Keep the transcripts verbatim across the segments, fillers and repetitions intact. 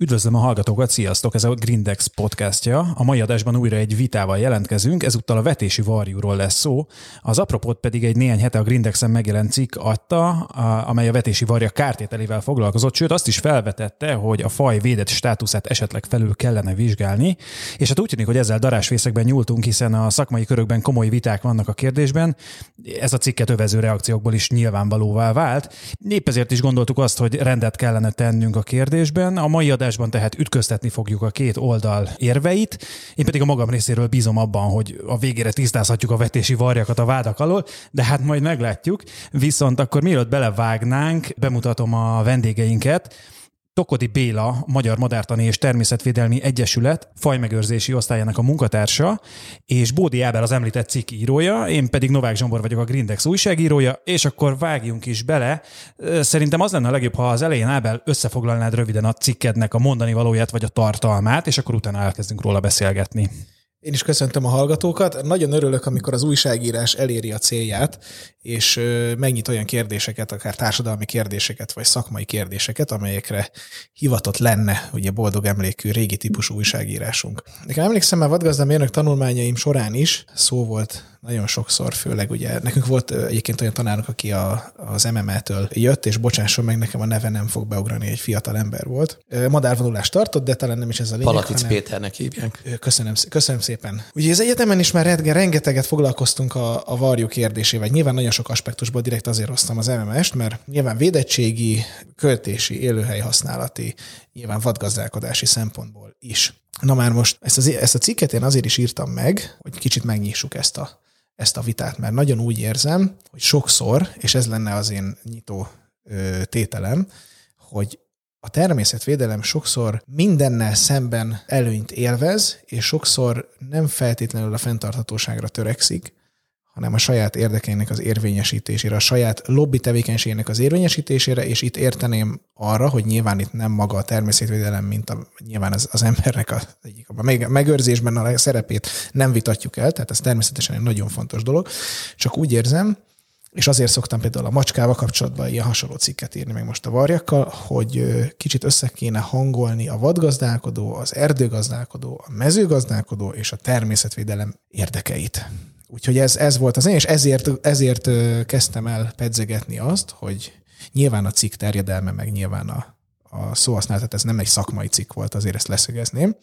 Üdvözlöm a hallgatókat, sziasztok! Ez a Grindex podcastja. A mai adásban újra egy vitával jelentkezünk, ezúttal a vetési varjúról lesz szó. Az apropót pedig egy néhány hete a Grindexen megjelent cikk adta, amely a vetési varja kártételével foglalkozott, sőt azt is felvetette, hogy a faj védett státuszát esetleg felül kellene vizsgálni, és hát úgy tűnik, hogy ezzel darásfészekben nyúltunk, hiszen a szakmai körökben komoly viták vannak a kérdésben. Ez a cikket övező reakciókból is nyilvánvalóvá vált. Épp ezért is gondoltuk azt, hogy rendet kellene tennünk a kérdésben. A mai adásban tehát ütköztetni fogjuk a két oldal érveit. Én pedig a magam részéről bízom abban, hogy a végére tisztázhatjuk a vetési varjakat a vádak alól, de hát majd meglátjuk. Viszont akkor mielőtt belevágnánk, bemutatom a vendégeinket. Tokodi Béla, Magyar Madártani és Természetvédelmi Egyesület fajmegőrzési osztályának a munkatársa, és Bódi Ábel az említett cikk írója, én pedig Novák Zsombor vagyok, a Grindex újságírója, és akkor vágjunk is bele. Szerintem az lenne a legjobb, ha az elején, Ábel, összefoglalnád röviden a cikkednek a mondani valóját vagy a tartalmát, és akkor utána elkezdünk róla beszélgetni. Én is köszöntöm a hallgatókat. Nagyon örülök, amikor az újságírás eléri a célját, és megnyit olyan kérdéseket, akár társadalmi kérdéseket, vagy szakmai kérdéseket, amelyekre hivatott lenne ugye boldog emlékű régi típusú újságírásunk. Nekem emlékszem, már vadgazdámérnök tanulmányaim során is szó volt nagyon sokszor, főleg ugye nekünk volt egyébként olyan tanárunk, aki a, az em em é-től jött, és bocsásson meg, nekem a neve nem fog beugrani, egy fiatal ember volt. Madárvonulást tartott, de talán nem is ez a lényeg. Palatic Péternek hívják. Köszönöm, köszönöm szépen. Ugye az egyetemen is már rengeteget foglalkoztunk a, a varjú kérdésével. Nyilván nagyon sok aspektusból direkt azért hoztam az em em est, mert nyilván védettségi, költési, élőhely használati, nyilván vadgazdálkodási szempontból is. Na már most ezt, az, ezt a cikket én azért is írtam meg, hogy kicsit megnyissuk ezt a, ezt a vitát, mert nagyon úgy érzem, hogy sokszor, és ez lenne az én nyitó ö, tételem, hogy a természetvédelem sokszor mindennel szemben előnyt élvez, és sokszor nem feltétlenül a fenntarthatóságra törekszik, hanem a saját érdekeinek az érvényesítésére, a saját lobby tevékenységének az érvényesítésére, és itt érteném arra, hogy nyilván itt nem maga a természetvédelem, mint a, nyilván az, az embernek a, a megőrzésben a szerepét nem vitatjuk el, tehát ez természetesen egy nagyon fontos dolog, csak úgy érzem, és azért szoktam például a macskával kapcsolatban ilyen hasonló cikket írni meg most a varjakkal, hogy kicsit össze kéne hangolni a vadgazdálkodó, az erdőgazdálkodó, a mezőgazdálkodó és a természetvédelem érdekeit. Úgyhogy ez, ez volt az én, és ezért, ezért kezdtem el pedzegetni azt, hogy nyilván a cikk terjedelme, meg nyilván a, a szóhasználat, ez nem egy szakmai cikk volt, azért ezt leszögezném.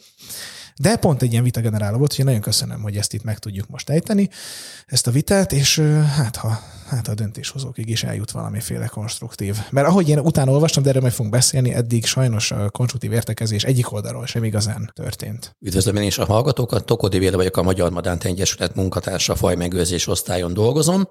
De pont egy ilyen vitageneráló volt, hogy nagyon köszönöm, hogy ezt itt meg tudjuk most ejteni, ezt a vitát, és hát ha, hát a döntéshozókig is eljut valamiféle konstruktív. Mert ahogy én utána olvastam, de erről majd fogunk beszélni, eddig sajnos a konstruktív értekezés egyik oldalról sem igazán történt. Üdvözlöm én is a hallgatókat, Tokodi Béla vagyok, a Magyar Madártani Egyesület munkatársa, fajmegőrzés osztályon dolgozom.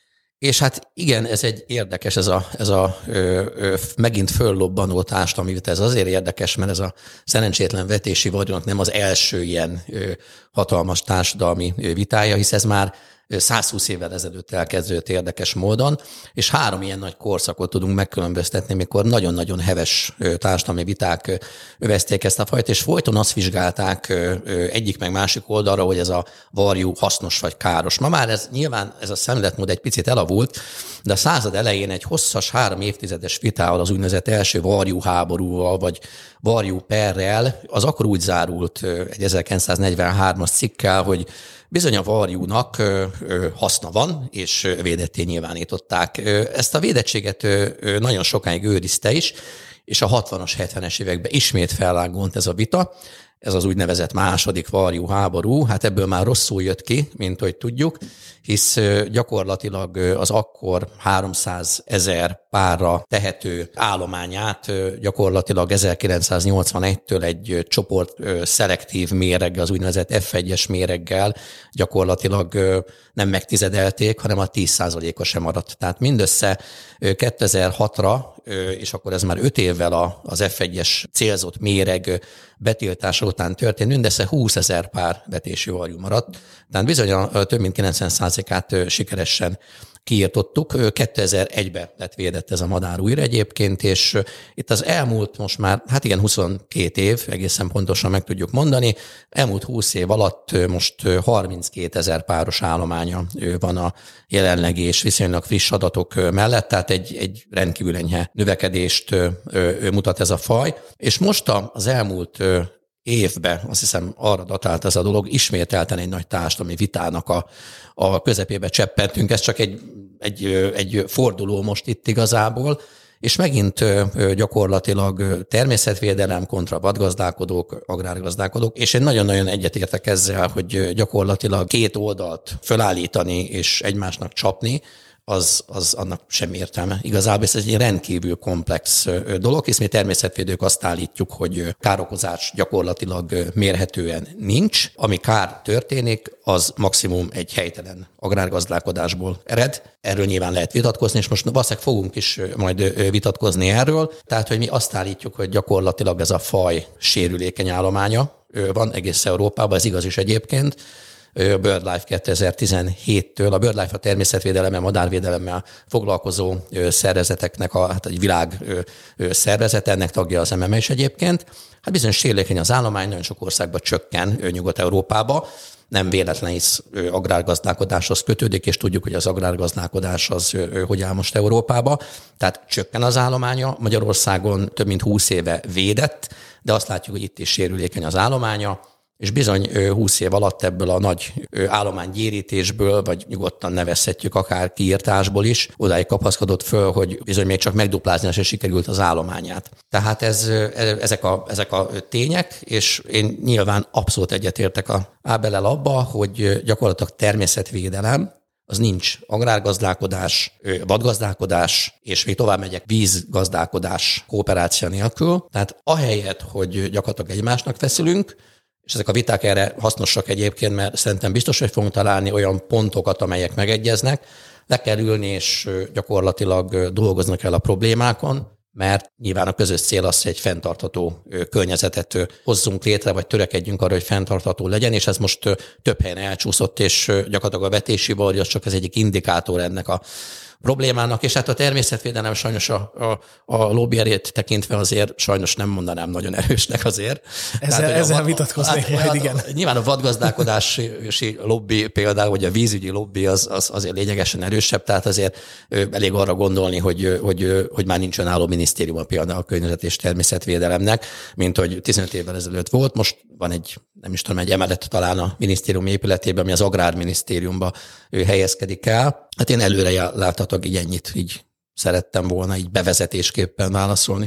És hát igen, ez egy érdekes, ez a, ez a ö, ö, megint föllobbanó társadalmi vita, ez azért érdekes, mert ez a szerencsétlen vetési vagyonok nem az első ilyen ö, hatalmas társadalmi vitája, hisz ez már százhúsz évvel ezelőtt elkezdődött érdekes módon, és három ilyen nagy korszakot tudunk megkülönböztetni, mikor nagyon-nagyon heves társadalmi viták övezték ezt a fajt, és folyton azt vizsgálták egyik meg másik oldalra, hogy ez a varjú hasznos vagy káros. Ma már ez nyilván ez a szemléletmód egy picit elavult, de a század elején egy hosszas, három évtizedes vitával, az úgynevezett első varjú háborúval, vagy varjú perrel, az akkor úgy zárult egy ezerkilencszáznegyvenhármas cikkel, hogy bizony a varjúnak haszna van, és védetté nyilvánították. Ezt a védettséget nagyon sokáig őrizte is, és a hatvanas, hetvenes években ismét fellángont ez a vita, ez az úgynevezett második varjú háború, hát ebből már rosszul jött ki, mint hogy tudjuk, hisz gyakorlatilag az akkor háromszázezer párra tehető állományát gyakorlatilag ezerkilencszáznyolcvanegytől egy csoport szelektív méreggel, az úgynevezett ef egyes méreggel gyakorlatilag nem megtizedelték, hanem a tíz százaléka sem maradt. Tehát mindössze kétezer-hatra, és akkor ez már öt évvel az ef egyes célzott méreg betiltása után történt, mindössze húszezer pár vetési varjú maradt. Tehát bizony a több mint kilencven százalékát sikeresen kiirtottuk. kétezer-egyben lett védett ez a madár újra egyébként, és itt az elmúlt most már, hát igen, huszonkét év, egészen pontosan meg tudjuk mondani, elmúlt húsz év alatt most harminckétezer páros állománya van a jelenlegi és viszonylag friss adatok mellett, tehát egy, egy rendkívül enyhe növekedést mutat ez a faj, és most az elmúlt évben, azt hiszem arra datált ez a dolog, ismételten egy nagy társadalmi vitának a, a közepébe cseppentünk. Ez csak egy, egy, egy forduló most itt igazából, és megint gyakorlatilag természetvédelem kontra vadgazdálkodók, agrárgazdálkodók, és én nagyon-nagyon egyetértek ezzel, hogy gyakorlatilag két oldalt fölállítani és egymásnak csapni, az, az annak semmi értelme. Igazából ez egy rendkívül komplex dolog, hisz mi természetvédők azt állítjuk, hogy károkozás gyakorlatilag mérhetően nincs. Ami kár történik, az maximum egy helytelen agrárgazdálkodásból ered. Erről nyilván lehet vitatkozni, és most valószínűleg fogunk is majd vitatkozni erről. Tehát, hogy mi azt állítjuk, hogy gyakorlatilag ez a faj sérülékeny állománya van egész Európában, ez igaz is egyébként. BirdLife kétezer-tizenhéttől, a BirdLife a természetvédelemmel, madárvédelemmel foglalkozó szervezeteknek a hát egy világ szervezet, ennek tagja az em em e is egyébként. Hát bizonyos sérülékeny az állomány, nagyon sok országban csökken Nyugat-Európába, nem véletlen is agrárgazdálkodáshoz kötődik, és tudjuk, hogy az agrárgazdálkodás az hogy áll most Európába. Tehát csökken az állománya, Magyarországon több mint húsz éve védett, de azt látjuk, hogy itt is sérülékeny az állománya, és bizony húsz év alatt ebből a nagy állománygyérítésből, vagy nyugodtan nevezhetjük akár kiírtásból is, odáig kapaszkodott föl, hogy bizony még csak megduplázni se sikerült az állományát. Tehát ez, ezek, a, ezek a tények, és én nyilván abszolút egyetértek a Ábellel abba, hogy gyakorlatilag természetvédelem, az nincs agrárgazdálkodás, vadgazdálkodás, és még tovább megyek vízgazdálkodás kooperáció nélkül. Tehát ahelyett, hogy gyakorlatilag egymásnak feszülünk, és ezek a viták erre hasznosak egyébként, mert szerintem biztos, hogy fogunk találni olyan pontokat, amelyek megegyeznek. Le kell ülni, és gyakorlatilag dolgoznak el a problémákon, mert nyilván a közös cél az, hogy egy fenntartható környezetet hozzunk létre, vagy törekedjünk arra, hogy fenntartható legyen, és ez most több helyen elcsúszott, és gyakorlatilag a vetési varjú az csak az egyik indikátor ennek a problémának, és hát a természetvédelem sajnos a, a, a lobbyerét tekintve azért sajnos nem mondanám nagyon erősnek azért. Ezzel, Tehát, ezzel vad, vitatkoznék hát, majd, igen. Nyilván a vadgazdálkodási lobby például, vagy a vízügyi lobby az, az azért lényegesen erősebb, tehát azért elég arra gondolni, hogy, hogy, hogy már nincs önálló minisztériuma például a környezet és természetvédelemnek, mint hogy tizenöt évvel ezelőtt volt. Most van egy, nem is tudom, egy emelet talán a minisztérium épületében, ami az agrárminisztériumba helyezkedik el. Hát én előre láthatok, így ennyit így szerettem volna így bevezetésképpen válaszolni.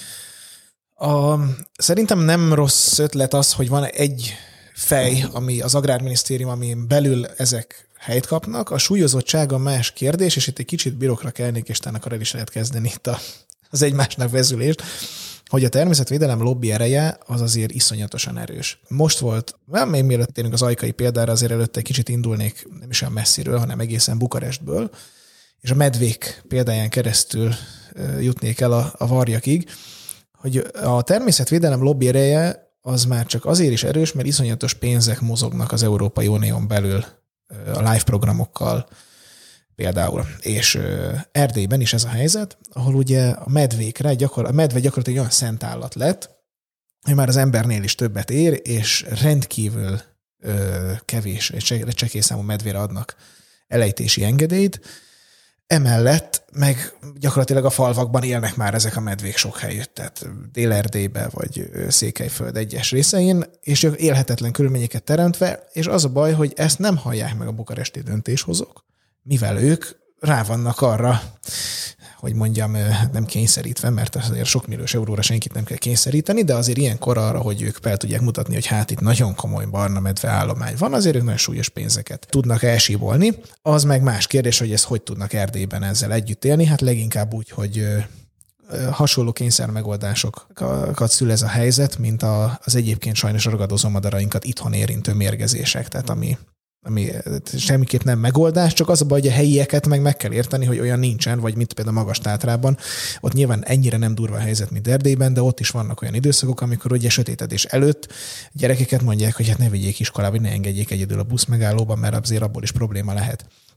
A, szerintem nem rossz ötlet az, hogy van egy fej, ami az Agrárminisztérium, amin belül ezek helyt kapnak. A súlyozottsága más kérdés, és itt egy kicsit birokra kelnék, és talán akkor el is lehet kezdeni itt a, az egymásnak vezülést, hogy a természetvédelem lobby ereje az azért iszonyatosan erős. Most volt, még mielőtt térünk az ajkai példára, azért előtte egy kicsit indulnék nem is olyan messziről, hanem egészen Bukarestből, és a medvék példáján keresztül jutnék el a, a varjakig, hogy a természetvédelem lobby ereje az már csak azért is erős, mert iszonyatos pénzek mozognak az Európai Unión belül a live programokkal például. És Erdélyben is ez a helyzet, ahol ugye a medvékre, gyakor, a medve gyakorlatilag olyan szent állat lett, hogy már az embernél is többet ér, és rendkívül ö, kevés, csekély számú medvére adnak elejtési engedélyt. Emellett meg gyakorlatilag a falvakban élnek már ezek a medvék sok helyütt, tehát Dél-Erdélybe vagy Székelyföld egyes részein, és élhetetlen körülményeket teremtve, és az a baj, hogy ezt nem hallják meg a bukaresti döntéshozók, mivel ők rá vannak arra, hogy mondjam, nem kényszerítve, mert azért sok milliós euróra senkit nem kell kényszeríteni, de azért ilyenkor arra, hogy ők fel tudják mutatni, hogy hát itt nagyon komoly barna medve állomány van, azért ők nagyon súlyos pénzeket tudnak elsíbolni. Az meg más kérdés, hogy ezt hogy tudnak Erdélyben ezzel együtt élni, hát leginkább úgy, hogy hasonló kényszermegoldásokat szül ez a helyzet, mint az egyébként sajnos ragadozó madarainkat itthon érintő mérgezések, tehát ami ami semmiképp nem megoldás, csak az a baj, hogy a helyieket meg meg kell érteni, hogy olyan nincsen, vagy mint például Magas-Tátrában. Ott nyilván ennyire nem durva a helyzet, mint Erdélyben, de ott is vannak olyan időszakok, amikor ugye sötétedés előtt gyerekeket mondják, hogy hát ne vigyék iskolába, ne engedjék egyedül a buszmegállóban, mert azért abból is probléma lehet.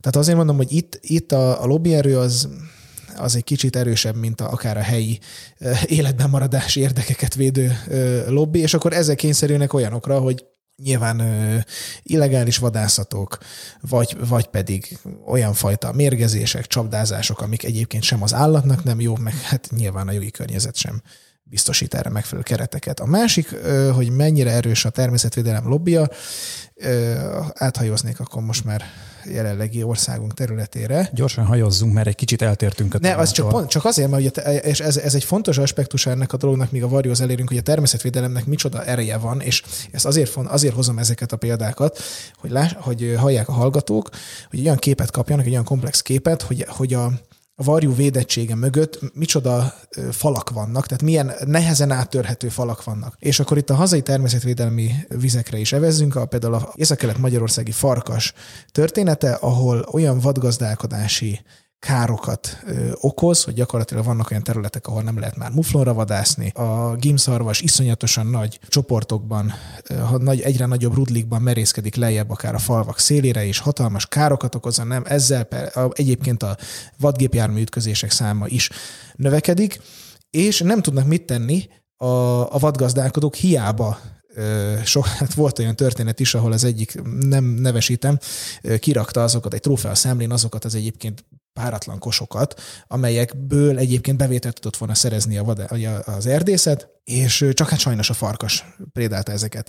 Tehát azért mondom, hogy itt, itt a, a lobbyerő az, az egy kicsit erősebb, mint a, akár a helyi életben maradás érdekeket védő lobby, és akkor ezek kényszerülnek olyanokra, hogy nyilván ö, illegális vadászatok, vagy, vagy pedig olyan fajta mérgezések, csapdázások, amik egyébként sem az állatnak nem jó, meg hát nyilván a jogi környezet sem biztosít erre megfelelő kereteket. A másik, ö, hogy mennyire erős a természetvédelem lobbija, ö, áthajóznék akkor most már jelenlegi országunk területére. Gyorsan hajozzunk, mert egy kicsit eltértünk a Ne, az csak, pont, csak azért, mert ugye, és ez, ez egy fontos aspektus ennek a dolognak, míg a varjóhoz elérünk, hogy a természetvédelemnek micsoda ereje van, és ezt azért, azért hozom ezeket a példákat, hogy, láss, hogy hallják a hallgatók, hogy olyan képet kapjanak, egy olyan komplex képet, hogy, hogy a a varjú védettsége mögött micsoda falak vannak, tehát milyen nehezen áttörhető falak vannak. És akkor itt a hazai természetvédelmi vizekre is evezzünk, a, például a észak-kelet-magyarországi farkas története, ahol olyan vadgazdálkodási károkat ö, okoz, hogy gyakorlatilag vannak olyan területek, ahol nem lehet már muflonra vadászni. A gímszarvas iszonyatosan nagy csoportokban, ö, nagy, egyre nagyobb rudlikban merészkedik lejjebb akár a falvak szélére, és hatalmas károkat okozza, nem ezzel per, a, egyébként a vadgépjármű ütközések száma is növekedik, és nem tudnak mit tenni a, a vadgazdálkodók hiába. So, hát volt olyan történet is, ahol az egyik, nem nevesítem, kirakta azokat egy trófea számlén, azokat az egyébként páratlan kosokat, amelyekből egyébként bevételt tudott volna szerezni a vada, az erdészet, és csak hát sajnos a farkas prédálta ezeket.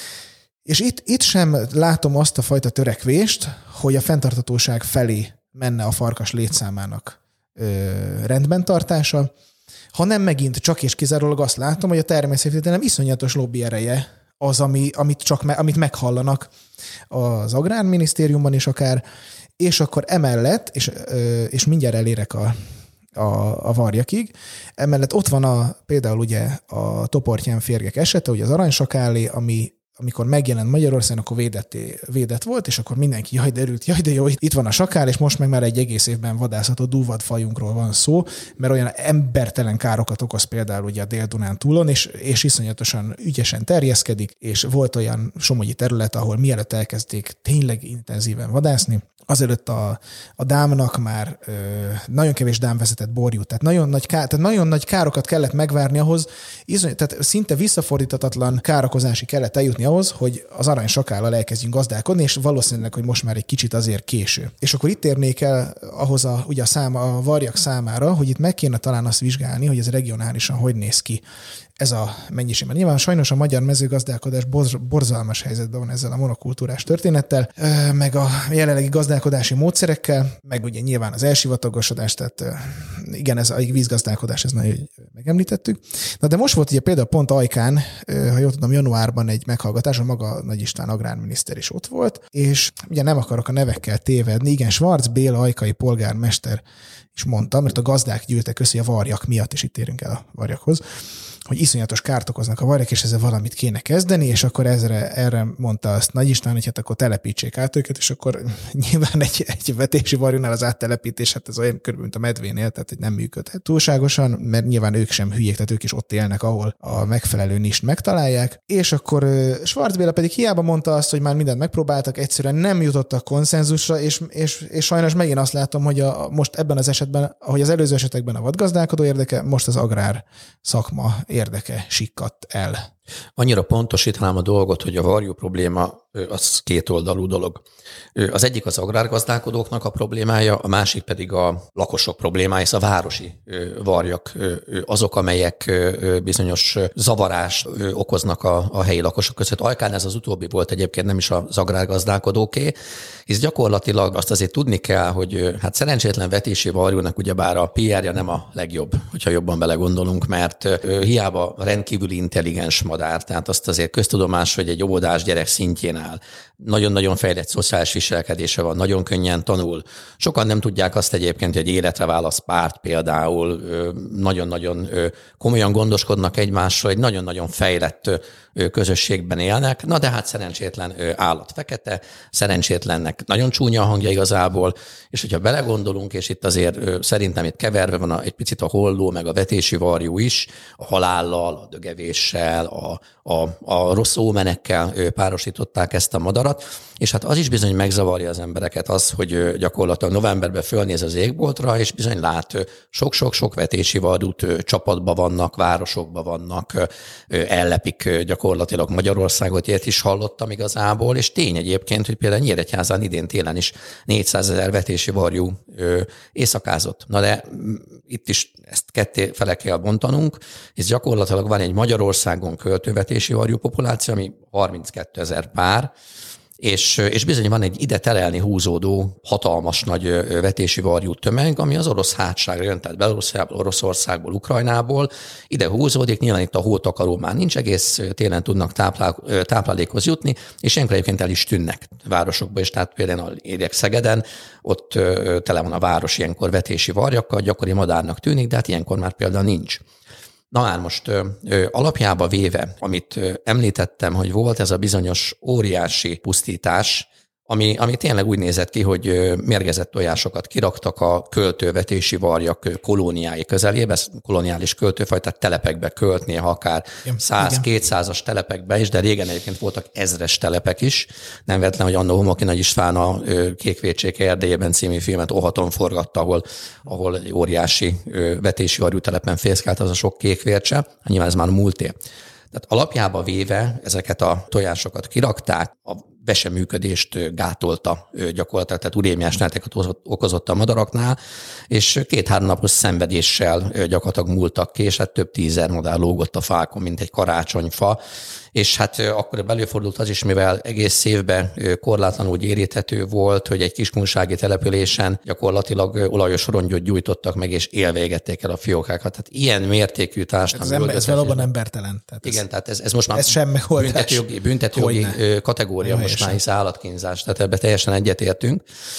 És itt, itt sem látom azt a fajta törekvést, hogy a fenntarthatóság felé menne a farkas létszámának ö, rendben tartása, hanem megint csak és kizárólag azt látom, hogy a természetvédelem iszonyatos lobby ereje az, ami, amit, csak me, amit meghallanak az Agrárminisztériumban is akár, és akkor emellett, és, és mindjárt elérek a, a, a varjakig, emellett ott van a, például ugye a toportyán férgek esete, ugye az aranysakálé, ami amikor megjelent Magyarországon, akkor védetté, védett volt, és akkor mindenki jaj, de örült, jaj, de jó, itt van a sakál, és most meg már egy egész évben vadászható dúvadfajunkról van szó, mert olyan embertelen károkat okoz például ugye a Dél-Dunán túlon, és, és iszonyatosan ügyesen terjeszkedik, és volt olyan somogyi terület, ahol mielőtt elkezdték tényleg intenzíven vadászni, azelőtt a, a dámnak már ö, nagyon kevés dám vezetett borjú, tehát nagyon nagy, ká, tehát nagyon nagy károkat kellett megvárni ahhoz, iszony, tehát szinte visszafordíthatatlan károkozási kellett eljutni ahhoz, hogy az aranysakállal elkezdjünk gazdálkodni, és valószínűleg, hogy most már egy kicsit azért késő. És akkor itt érnék el ahhoz a, ugye a, száma, a varjak számára, hogy itt meg kéne talán azt vizsgálni, hogy ez regionálisan hogy néz ki ez a mennyiségben. Nyilván sajnos a magyar mezőgazdálkodás borzalmas helyzetben van ezzel a monokultúrás történettel, meg a jelenlegi gazdálkodási módszerekkel, meg ugye nyilván az elsivatagosodás, tehát igen, ez a vízgazdálkodás, ez nagyon megemlítettük. Na de most volt ugye például pont Ajkán, ha jól tudom, januárban egy meghallgatás, a maga Nagy István agrárminiszter is ott volt, és ugye nem akarok a nevekkel tévedni, igen, Schwarz Béla ajkai polgármester is mondta, mert a gazdák gyűltek össze a varjak miatt, és itt érünk el a varjakhoz, hogy iszonyatos kárt okoznak a varjak, és ezzel valamit kéne kezdeni, és akkor ezre, erre mondta azt Nagy István, hogy hát akkor telepítsék át őket, és akkor nyilván egy, egy vetési varjúnál az áttelepítés, hát ez olyan körülbelül, mint a medvénél, tehát hogy nem működhet túlságosan, mert nyilván ők sem hülyék, tehát ők is ott élnek, ahol a megfelelő nist megtalálják, és akkor Schwarz Béla pedig hiába mondta azt, hogy már mindent megpróbáltak, egyszerűen nem jutottak konszenzusra, és, és, és sajnos megint azt látom, hogy a, most ebben az esetben, ahogy az előző esetekben a vadgazdálkodó érdeke, most az agrár szakma érdeke sikkadt el. Annyira pontosítanám a dolgot, hogy a varjú probléma az kétoldalú dolog. Az egyik az agrárgazdálkodóknak a problémája, a másik pedig a lakosok problémája, ez a városi varjak azok, amelyek bizonyos zavarást okoznak a, a helyi lakosok között. Ajkán ez az utóbbi volt egyébként, nem is az agrárgazdálkodóké, hisz gyakorlatilag azt azért tudni kell, hogy hát szerencsétlen vetési varjúnak ugyebár a pé er-je nem a legjobb, hogyha jobban belegondolunk, mert hiába rendkívül intelligens madár, tehát azt azért köztudomás, hogy egy óvodás gyerek szintjén áll. Nagyon-nagyon fejlett szociális viselkedése van, nagyon könnyen tanul. Sokan nem tudják azt egyébként, hogy egy életre választ párt például, nagyon-nagyon komolyan gondoskodnak egymásról, egy nagyon-nagyon fejlett közösségben élnek, na de hát szerencsétlen állat fekete, szerencsétlennek nagyon csúnya a hangja igazából, és hogyha belegondolunk, és itt azért szerintem itt keverve van egy picit a holló, meg a vetési varjú is, a halállal, a dögevéssel, a a, a, a rossz ómenekkel párosították ezt a madarat, és hát az is bizony megzavarja az embereket az, hogy gyakorlatilag novemberben fölnéz az égboltra, és bizony lát sok-sok-sok vetési vadut, csapatban vannak, városokban vannak, ellepik gyakorlatilag Magyarországot, ilyet is hallottam igazából, és tény egyébként, hogy például Nyíregyházán idén télen is négyszázezer vetési varjú éjszakázott. Na de itt is ezt ketté fele kell bontanunk, és gyakorlatilag van egy Magyarországon költővetési varjú populáció, ami harminckétezer pár, És, és bizony van egy ide terelni húzódó, hatalmas nagy vetési varjú tömeg, ami az orosz hátságra jön, tehát Belorussziából, Oroszországból, Ukrajnából, ide húzódik, nyilván itt a hótakaró már nincs, egész télen tudnak táplál, táplálékhoz jutni, és ilyenkor egyébként el is tűnnek városokba, és tehát például érjek Szegeden, ott tele van a város ilyenkor vetési varjakkal, gyakori madárnak tűnik, de hát ilyenkor már például nincs. Na már most ö, ö, alapjába véve, amit ö, említettem, hogy volt ez a bizonyos óriási pusztítás, ami, ami tényleg úgy nézett ki, hogy ö, mérgezett tojásokat kiraktak a költővetési varjak kolóniái közelébe, koloniális költőfaj, tehát telepekbe költ, néha akár száz-kétszázas telepekbe is, de régen egyébként voltak ezres telepek is. Nem véletlen, hogy annó Homoki Nagy István a Kékvécsék erdélyében című filmet Ohaton forgatta, ahol, ahol egy óriási ö, vetési varjú telepen fészkelt az a sok kékvércse. Nyilván ez már múlté. Tehát alapjába véve ezeket a tojásokat kirakták, a veseműködést gátolta gyakorlatilag, tehát urémiás tüneteket okozott a madaraknál, és két-három napos szenvedéssel gyakorlatilag múltak ki, és hát több tízezer madár lógott a fákon, mint egy karácsonyfa, és hát akkor belőfordult az is, mivel egész évben korlátlanul gyéríthető volt, hogy egy kiskunsági településen gyakorlatilag olajos rongyot gyújtottak meg, és élvégették el a fiókákat. Tehát ilyen mértékű társadalmi... Ez, ez valóban embertelen. Tehát igen, ez, tehát ez, ez most már ez sem megoldás. büntetőjogi, büntetőjogi kategória, most már hisz állatkínzás, tehát ebbe teljesen egyetértünk.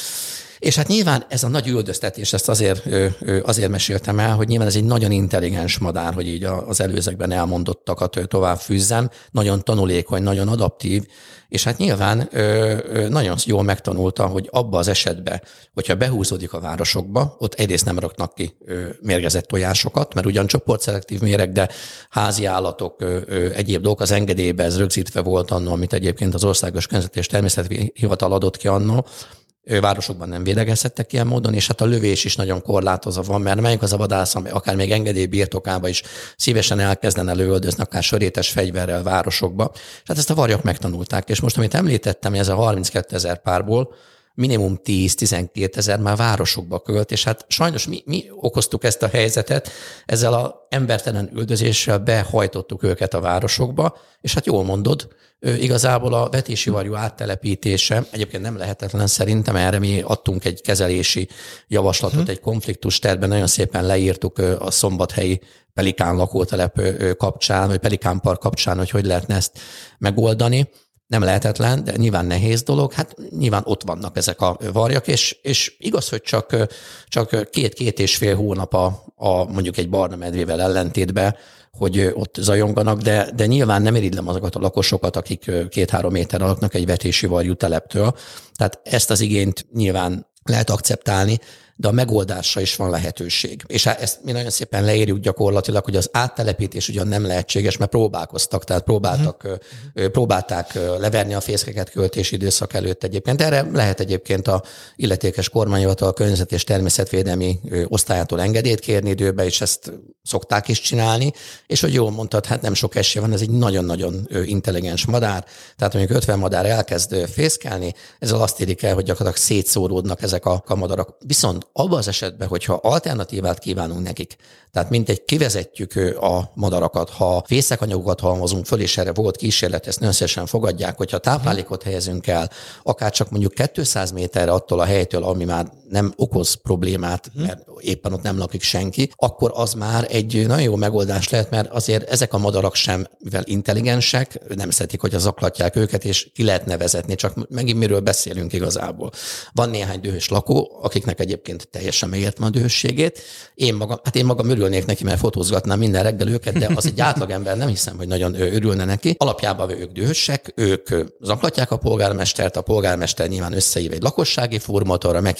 És hát nyilván ez a nagy üldöztetés, ezt azért, azért meséltem el, hogy nyilván ez egy nagyon intelligens madár, hogy így az előzőkben elmondottakat tovább fűzzem, nagyon tanulékony, nagyon adaptív, és hát nyilván nagyon jól megtanulta, hogy abba az esetben, hogyha behúzódik a városokba, ott egyrészt nem raknak ki mérgezett tojásokat, mert ugyan csoportszelektív méreg, de házi állatok, egyéb dolgok az engedélybe, ez rögzítve volt annó, amit egyébként az Országos Környezet és Természeti Hivatal adott ki annó, városokban nem védekezhettek ilyen módon, és hát a lövés is nagyon korlátozva van, mert melyik az a vadász, ami akár még engedély birtokába is szívesen elkezdene lövöldözni, akár sörétes fegyverrel városokba. Hát ezt a varjak megtanulták, és most, amit említettem, ez a harminckétezer párból minimum tíz-tizenkétezer már városokba költ, és hát sajnos mi, mi okoztuk ezt a helyzetet, ezzel az embertelen üldözéssel behajtottuk őket a városokba, és hát jól mondod, igazából a vetési varjú áttelepítése egyébként nem lehetetlen szerintem, erre mi adtunk egy kezelési javaslatot, hmm. egy konfliktus tervben nagyon szépen leírtuk a szombathelyi Pelikán lakótelep kapcsán, vagy Pelikán park kapcsán, hogy hogy lehetne ezt megoldani. Nem lehetetlen, de nyilván nehéz dolog. Hát nyilván ott vannak ezek a varjak, és, és igaz, hogy csak, csak két-két és fél hónap a, a mondjuk egy barna medvével ellentétben, hogy ott zajonganak, de, de nyilván nem irigylem azokat a lakosokat, akik két-három méterre laknak egy vetési varjú teleptől. Tehát ezt az igényt nyilván lehet akceptálni, de a megoldásra is van lehetőség. És ezt mi nagyon szépen leírjuk gyakorlatilag, hogy az áttelepítés ugyan nem lehetséges, mert próbálkoztak, tehát próbáltak, uh-huh. próbálták leverni a fészkeket költési időszak előtt egyébként. Erre lehet egyébként a illetékes kormányhivatal, a környezet és természetvédelmi osztályától engedélyt kérni időbe, és ezt szokták is csinálni, és hogy jól mondtad, hát nem sok esélye van, ez egy nagyon-nagyon intelligens madár, tehát mondjuk ötven madár elkezd fészkelni, ezzel azt érik el, hogy gyakorlatilag szétszóródnak ezek a madarak. Viszont abban az esetben, hogyha alternatívát kívánunk nekik, tehát mintegy kivezetjük a madarakat, ha fészekanyagokat halmozunk föl, és erre volt kísérlet, ezt összesen fogadják, hogyha táplálékot helyezünk el, akár csak mondjuk kétszáz méterre attól a helytől, ami már nem okoz problémát, mert éppen ott nem lakik senki, akkor az már egy nagyon jó megoldás lehet, mert azért ezek a madarak sem, mivel intelligensek, nem szeretik, hogy zaklatják őket, és ki lehetne vezetni, csak megint miről beszélünk igazából. Van néhány dühös lakó, akiknek egyébként teljesen megértem a dühösségét. Én magam, hát én magam örülnék neki, mert fotózgatnám minden reggel őket, de az egy átlagember nem hiszem, hogy nagyon örülne neki. Alapjában ők dühösek, ők zaklatják a polgármestert, a polgármester nyilván összehív egy lakossági fórumot, arra meghívja az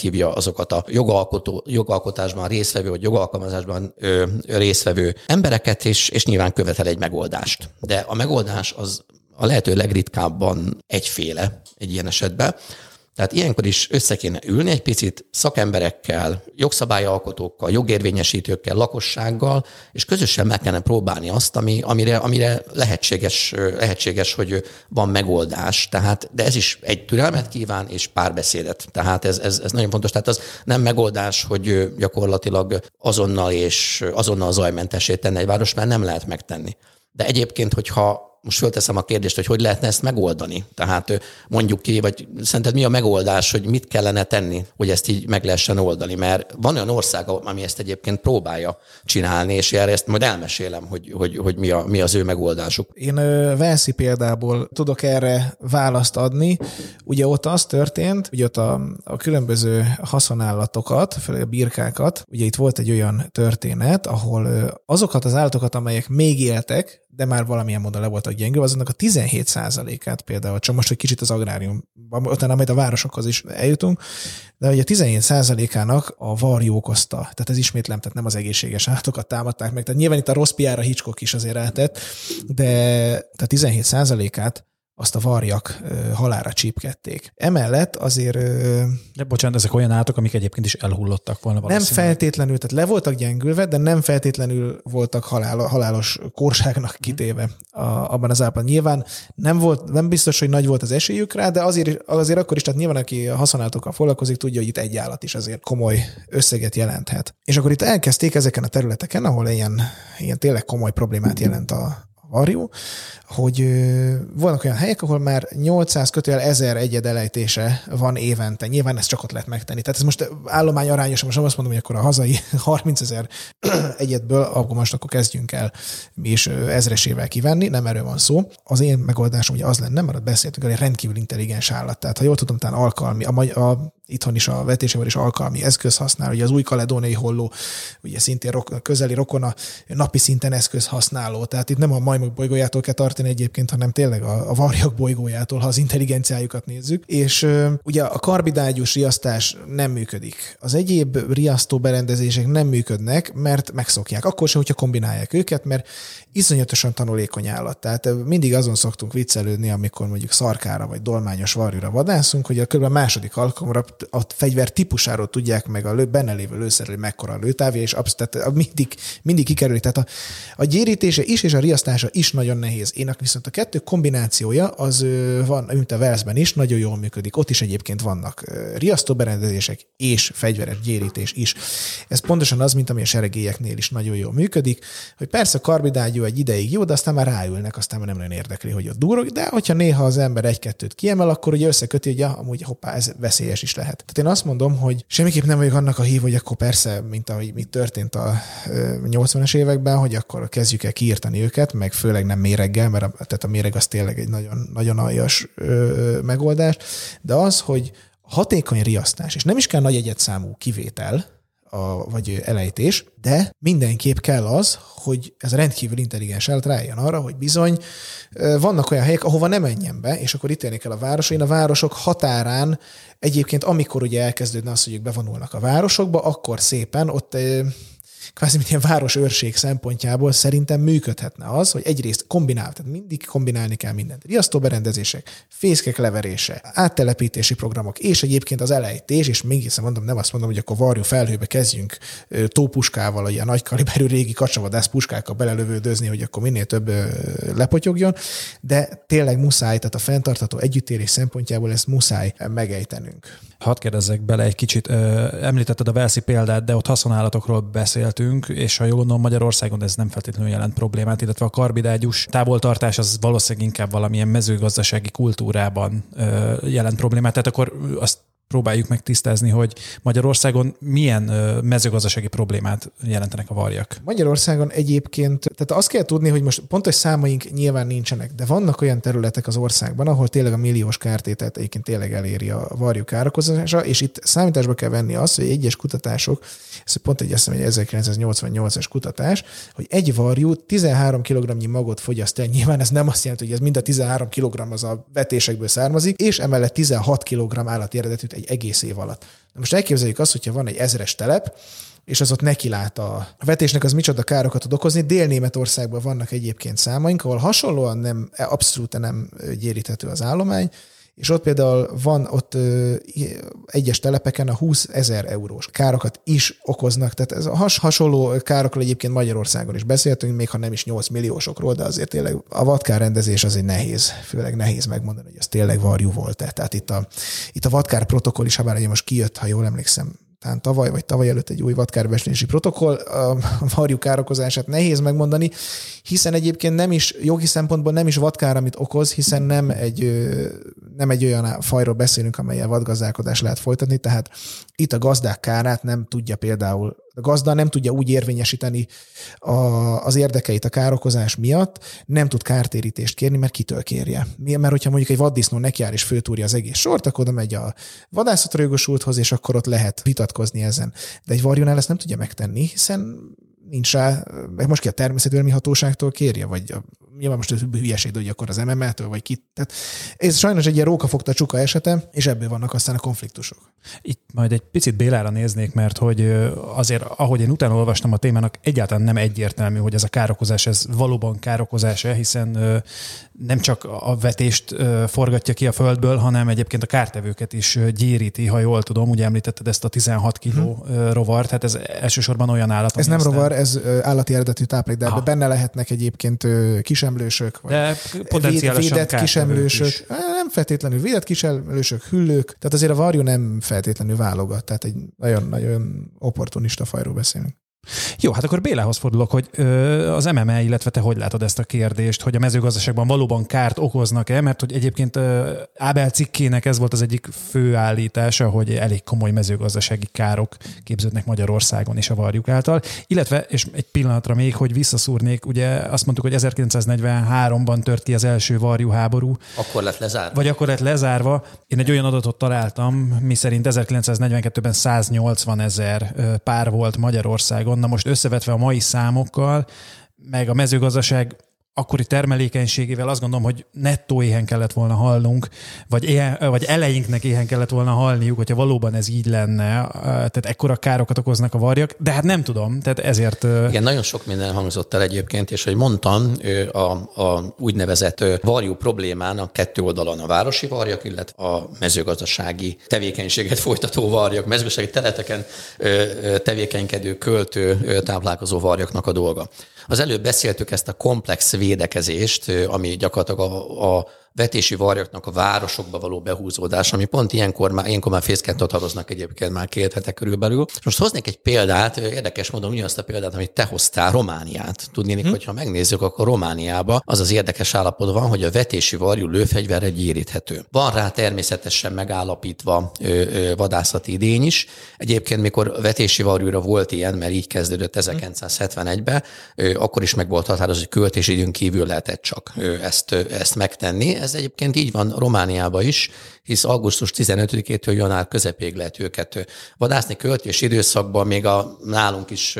azokat a jogalkotó, jogalkotásban résztvevő, vagy jogalkalmazásban ö, résztvevő embereket, és, és nyilván követel egy megoldást. De a megoldás az a lehető legritkábban egyféle egy ilyen esetben. Tehát ilyenkor is össze kéne ülni egy picit szakemberekkel, jogszabályalkotókkal, jogérvényesítőkkel, lakossággal, és közösen meg kellene próbálni azt, ami, amire, amire lehetséges, lehetséges, hogy van megoldás. Tehát, de ez is egy türelmet kíván, és párbeszédet. Tehát ez, ez, ez nagyon fontos. Tehát az nem megoldás, hogy gyakorlatilag azonnal és azonnal zajmentessé tenni egy város, mert nem lehet megtenni. De egyébként, hogyha most fölteszem a kérdést, hogy hogy lehetne ezt megoldani. Tehát mondjuk ki, vagy szerinted mi a megoldás, hogy mit kellene tenni, hogy ezt így meg lehessen oldani? Mert van olyan ország, ami ezt egyébként próbálja csinálni, és erre ezt majd elmesélem, hogy, hogy, hogy mi, a, mi az ő megoldásuk. Én Walesi példából tudok erre választ adni. Ugye ott az történt, hogy ott a, a különböző haszonállatokat, főleg a birkákat, ugye itt volt egy olyan történet, ahol azokat az állatokat, amelyek még éltek, de már valamilyen módon le voltak gyengülve, azonnak a tizenhét százalékát például, csak most, hogy kicsit az agrárium, utána majd a városokhoz is eljutunk, de ugye a tizenhét százalékának a varjú okozta. Tehát ez ismétlem, tehát nem az egészséges állatokat támadták meg. Tehát nyilván itt a rossz piára Hitchcock is azért eltett, de a tizenhét százalékát azt a varjak ö, halálra csípkedték. Emellett azért... Ö, de bocsánat, ezek olyan állatok, amik egyébként is elhullottak volna valószínűleg. Nem feltétlenül, tehát le voltak gyengülve, de nem feltétlenül voltak halál, halálos kórságnak kitéve a, abban az állapotban. Nyilván nem, volt, nem biztos, hogy nagy volt az esélyük rá, de azért, azért akkor is, tehát nyilván aki a haszonállatokkal foglalkozik, tudja, hogy itt egy állat is azért komoly összeget jelenthet. És akkor itt elkezdték ezeken a területeken, ahol ilyen, ilyen tényleg komoly problémát jelent a varjú, hogy vannak olyan helyek, ahol már nyolcszáz kötőjel ezer egyed elejtése van évente. Nyilván ezt csak ott lehet megtenni. Tehát ez most állomány arányosan, most nem azt mondom, hogy akkor a hazai harmincezer egyedből, akkor most akkor kezdjünk el mi is ezresével kivenni, nem erről van szó. Az én megoldásom ugye az lenne, mert ott beszéltünk, hogy rendkívül intelligens állat. Tehát ha jól tudom, talán alkalmi, a, a, itthon is a vetésével is alkalmi eszköz használ, ugye az új-kaledóniai holló, ugye szintén ro- közeli rokona, napi szinten eszköz használó. Tehát itt nem a majmok bolygójától kell tartani egyébként, hanem tényleg a, a varjak bolygójától, ha az intelligenciájukat nézzük. És ö, ugye a karbidágyús riasztás nem működik. Az egyéb riasztó berendezések nem működnek, mert megszokják. Akkor sem, hogyha kombinálják őket, mert iszonyatosan tanulékony állat. Tehát mindig azon szoktunk viccelődni, amikor mondjuk szarkára vagy dolmányos varjúra vadászunk, hogy a kb. Második alkalomra a fegyver típusáról tudják meg a lő, benne lévő lőszerrel mekkora a lőtávja, és abszolút mindig, mindig kikerülik. Tehát a, a gyérítése is és a riasztása is nagyon nehéz. Én viszont a kettő kombinációja az van, mint a Walesben is, nagyon jól működik. Ott is egyébként vannak riasztóberendezések és fegyveres gyérítés is. Ez pontosan az, mint ami a seregélyeknél is nagyon jól működik, hogy persze a karbidágyú egy ideig jó, de aztán már ráülnek, aztán már nem nagyon érdekli, hogy ott durog, de hogyha néha az ember egy-kettőt kiemel, akkor ugye összeköti, hogy ja, amúgy hoppá, ez veszélyes is lehet. Tehát én azt mondom, hogy semmiképp nem vagyok annak a hív, hogy akkor persze, mint ahogy mi történt a nyolcvanas években, hogy akkor kezdjük el kiírtani őket, meg főleg nem méreggel, mert a, tehát a méreg az tényleg egy nagyon, nagyon aljas ö, megoldás, de az, hogy hatékony riasztás, és nem is kell nagy egyedszámú kivétel, A, vagy elejtés, de mindenképp kell az, hogy ez a rendkívül intelligens állat rájön arra, hogy bizony vannak olyan helyek, ahova nem menjen be, és akkor itt érnék el a városok. Én a városok határán egyébként, amikor ugye elkezdődne az, hogy ők bevonulnak a városokba, akkor szépen ott kvázi mint ilyen városőrség szempontjából szerintem működhetne az, hogy egyrészt kombinál, tehát mindig kombinálni kell mindent. Riasztóberendezések, fészkek leverése, áttelepítési programok, és egyébként az elejtés, és még egyszer mondom, nem azt mondom, hogy akkor varjú felhőbe kezdjünk tópuskával, vagy a nagy kaliberű régi kacsavadász puskákkal belelövődözni, hogy akkor minél több lepotyogjon, de tényleg muszáj, tehát a fenntartható együttélés szempontjából ezt muszáj megejtenünk. Hadd kérdezzek bele egy kicsit. Említetted a Walesi példát, de ott haszonállatokról beszéltünk, és ha jól gondolom, Magyarországon ez nem feltétlenül jelent problémát, illetve a karbidágyús távoltartás az valószínűleg inkább valamilyen mezőgazdasági kultúrában jelent problémát. Tehát akkor azt próbáljuk meg tisztázni, hogy Magyarországon milyen mezőgazdasági problémát jelentenek a varjak. Magyarországon egyébként, tehát azt kell tudni, hogy most pontos számaink nyilván nincsenek, de vannak olyan területek az országban, ahol tényleg a milliós kártételt egyébként tényleg eléri a varjú károkozása, és itt számításba kell venni azt, hogy egyes kutatások, ez pont egy, azt hiszem, egy ezerkilencszáznyolcvannyolcas kutatás, hogy egy varjú tizenhárom kilogramnyi magot fogyaszt el. Nyilván ez nem azt jelenti, hogy ez mind a tizenhárom kilogramm az a vetésekből származik, és emellett tizenhat kilogramm állati eredetűt egy egész év alatt. Na most elképzeljük azt, hogyha van egy ezres telep, és az ott nekilát a vetésnek, az micsoda károkat tud okozni. Dél-Németországban vannak egyébként számaink, ahol hasonlóan nem, abszolút nem gyéríthető az állomány, és ott például van ott ö, egyes telepeken a húszezer eurós károkat is okoznak, tehát ez a has, hasonló károkról egyébként Magyarországon is beszéltünk, még ha nem is nyolc milliósokról, de azért tényleg a vadkárrendezés az egy nehéz, főleg nehéz megmondani, hogy ez tényleg varjú volt-e. Tehát itt a, itt a vadkár protokoll is, ha bár most kijött, ha jól emlékszem, talán tavaly vagy tavaly előtt egy új vadkárbeszélési protokoll, a varjú károkozását nehéz megmondani, hiszen egyébként nem is, jogi szempontból nem is vadkár, amit okoz, hiszen nem egy, nem egy olyan fajról beszélünk, amellyel vadgazdálkodás lehet folytatni, tehát itt a gazdák kárát nem tudja például, a gazda nem tudja úgy érvényesíteni a, az érdekeit a károkozás miatt, nem tud kártérítést kérni, mert kitől kérje. Mert hogyha mondjuk egy vaddisznó nekiáll és föltúrja az egész sort, akkor oda megy a vadászatra jogosulthoz, és akkor ott lehet vitatkozni ezen. De egy varjúnál ezt nem tudja megtenni, hiszen nincs rá, meg most ki a természetvédelmi hatóságtól kérje, vagy a, nyilván most hülyeség, hogy akkor az em em é-től, vagy ki. Tehát ez sajnos egy ilyen rókafogta csuka esete, és ebből vannak aztán a konfliktusok. Itt majd egy picit Bélára néznék, mert hogy azért, ahogy én utána olvastam a témának, egyáltalán nem egyértelmű, hogy ez a károkozás, ez valóban károkozás-e, hiszen nem csak a vetést forgatja ki a földből, hanem egyébként a kártevőket is gyéríti, ha jól tudom. Ugye említetted ezt a tizenhat kiló hmm. rovar, tehát ez elsősorban olyan állat. Ez nem aztán... rovar, ez állati eredetű táplálék, de benne lehetnek egyébként kisemlősök, vagy de potenciálisan védett kisemlősök. Is. Nem feltétlenül védett kisemlősök, hüllők, tehát azért a varjú nem feltétlenül válogat, tehát egy nagyon-nagyon opportunista fajról beszélünk. Jó, hát akkor Bélához fordulok, hogy az em em é, illetve te hogy látod ezt a kérdést, hogy a mezőgazdaságban valóban kárt okoznak-e, mert hogy egyébként Ábel cikkének ez volt az egyik fő állítása, hogy elég komoly mezőgazdasági károk képződnek Magyarországon is a varjuk által, illetve, és egy pillanatra még, hogy visszaszúrnék, ugye azt mondtuk, hogy ezerkilencszáznegyvenháromban tört ki az első varjúháború. Akkor lett lezárva. Vagy akkor lett lezárva. Én egy olyan adatot találtam, miszerint ezerkilencszáznegyvenkettőben száznyolcvanezer pár volt Magyarországon. Na most összevetve a mai számokkal, meg a mezőgazdaság akkori termelékenységével azt gondolom, hogy nettó éhen kellett volna halnunk, vagy, éhen, vagy elejénknek éhen kellett volna halniuk, hogyha valóban ez így lenne, tehát ekkora károkat okoznak a varjak, de hát nem tudom, tehát ezért... Igen, nagyon sok minden hangzott el egyébként, és hogy mondtam, a, a úgynevezett varjú problémának kettő oldalon a városi varjak, illetve a mezőgazdasági tevékenységet folytató varjak, mezőgazdasági területeken tevékenykedő, költő, táplálkozó varjaknak a dolga. Az előbb beszéltük ezt a komplex védekezést, ami gyakorlatilag a, a vetési varjaknak a városokba való behúzódás, ami pont ilyenkor már, ilyenkor már fészket határoznak egyébként már két hete körülbelül. Most hoznék egy példát, érdekes módon ugyanazt a példát, amit te hoztál, Romániát. Tudnék, hmm. hogyha megnézzük, akkor Romániában az az érdekes állapot van, hogy a vetési varjú lőfegyverre gyéríthető. Van rá természetesen megállapítva ö, ö, vadászati idény is. Egyébként, mikor vetési varjúra volt ilyen, mert így kezdődött ezerkilencszázhetvenegyben, ö, akkor is meg volt határozva, hogy költési időn kívül lehetett csak ö, ezt, ö, ezt megtenni. Ez egyébként így van Romániában is, hisz augusztus tizenötödikétől január közepéig lehet őket vadászni. Költési időszakban még a nálunk is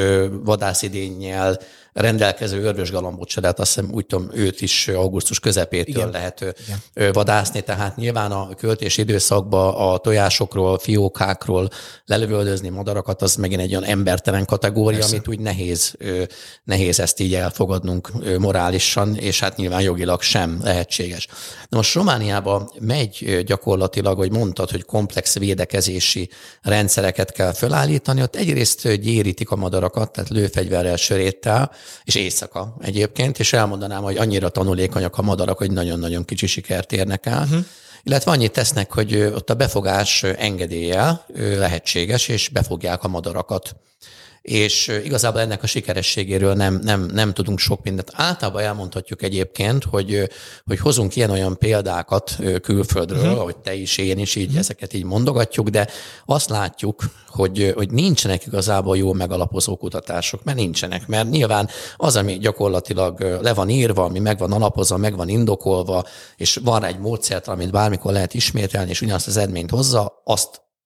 vadászidénnyel rendelkező örvösgalambot se lehet, azt hiszem úgy tudom, őt is augusztus közepétől Igen. lehet Igen. vadászni, tehát nyilván a költési időszakban a tojásokról, fiókákról lelövöldözni madarakat, az megint egy olyan embertelen kategória, Persze. amit úgy nehéz, nehéz ezt így elfogadnunk morálisan, és hát nyilván jogilag sem lehetséges. De most Romániában megy gyakorlatilag, hogy mondtad, hogy komplex védekezési rendszereket kell felállítani, ott egyrészt gyérítik a madarakat, tehát lőfegyverrel, söréttel, és éjszaka egyébként, és elmondanám, hogy annyira tanulékonyak a madarak, hogy nagyon-nagyon kicsi sikert érnek el. Uh-huh. Illetve annyit tesznek, hogy ott a befogás engedéllyel lehetséges, és befogják a madarakat. És igazából ennek a sikerességéről nem, nem, nem tudunk sok mindent. Általában elmondhatjuk egyébként, hogy, hogy hozunk ilyen-olyan példákat külföldről, uh-huh. ahogy te is, én is így uh-huh. ezeket így mondogatjuk, de azt látjuk, hogy, hogy nincsenek igazából jó megalapozó kutatások, mert nincsenek, mert nyilván az, ami gyakorlatilag le van írva, ami meg van alapozva, meg van indokolva, és van rá egy módszert, amit bármikor lehet ismételni, és ugyanazt az eredményt hozza, azt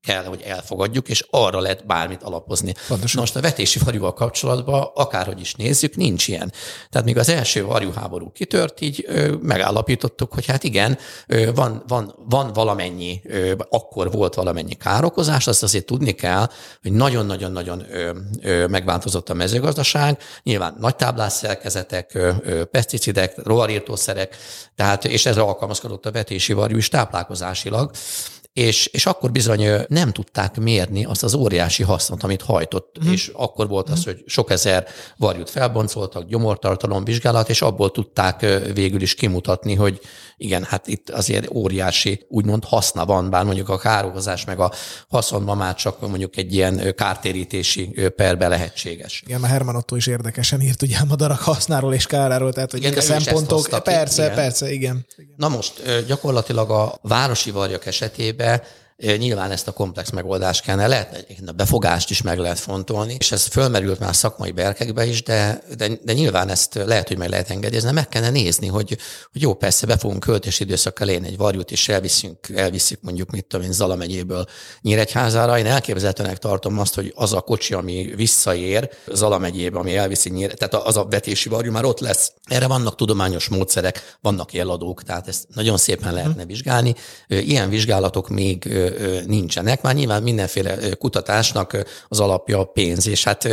kell, hogy elfogadjuk, és arra lehet bármit alapozni. Pontosan. Most a vetési varjúval kapcsolatban, akárhogy is nézzük, nincs ilyen. Tehát még az első varjúháború kitört, így ö, megállapítottuk, hogy hát igen, ö, van, van, van valamennyi, ö, akkor volt valamennyi károkozás, azt azért tudni kell, hogy nagyon-nagyon-nagyon ö, ö, megváltozott a mezőgazdaság, nyilván nagy táblás szerkezetek, ö, ö, peszticidek, rovarírtószerek, tehát, és ezre alkalmazkodott a vetési varjú is táplálkozásilag, És, és akkor bizony nem tudták mérni azt az óriási hasznot, amit hajtott. Mm. És akkor volt az, hogy sok ezer varjút felboncoltak, gyomortartalom vizsgálat, és abból tudták végül is kimutatni, hogy igen, hát itt azért óriási úgymond haszna van, bár mondjuk a károkozás meg a haszonban már csak mondjuk egy ilyen kártérítési perbe lehetséges. Igen, a Herman Otto is érdekesen írt ugye a madarak hasznáról és káráról, tehát hogy igen, a szempontok, persze, igen. persze, igen. Na most gyakorlatilag a városi varjak esetében nyilván ezt a komplex megoldást kellene, lehet, a befogást is meg lehet fontolni, és ez fölmerült már szakmai berkekbe is, de, de, de nyilván ezt lehet, hogy meg lehet engedélyezni, meg kellene nézni, hogy, hogy jó, persze be fogunk költési időszak elején egy varjút, és elviszünk, elviszük mondjuk, mit tudom én, Zala megyéből Nyíregyházára. Én elképzelhetőnek tartom azt, hogy az a kocsi, ami visszaér Zala megyébe, ami elviszi Nyíre, tehát az a vetési varjú már ott lesz. Erre vannak tudományos módszerek, vannak jeladók, tehát ezt nagyon szépen lehetne vizsgálni. Ilyen vizsgálatok még nincsenek. Már nyilván mindenféle kutatásnak az alapja a pénz, és hát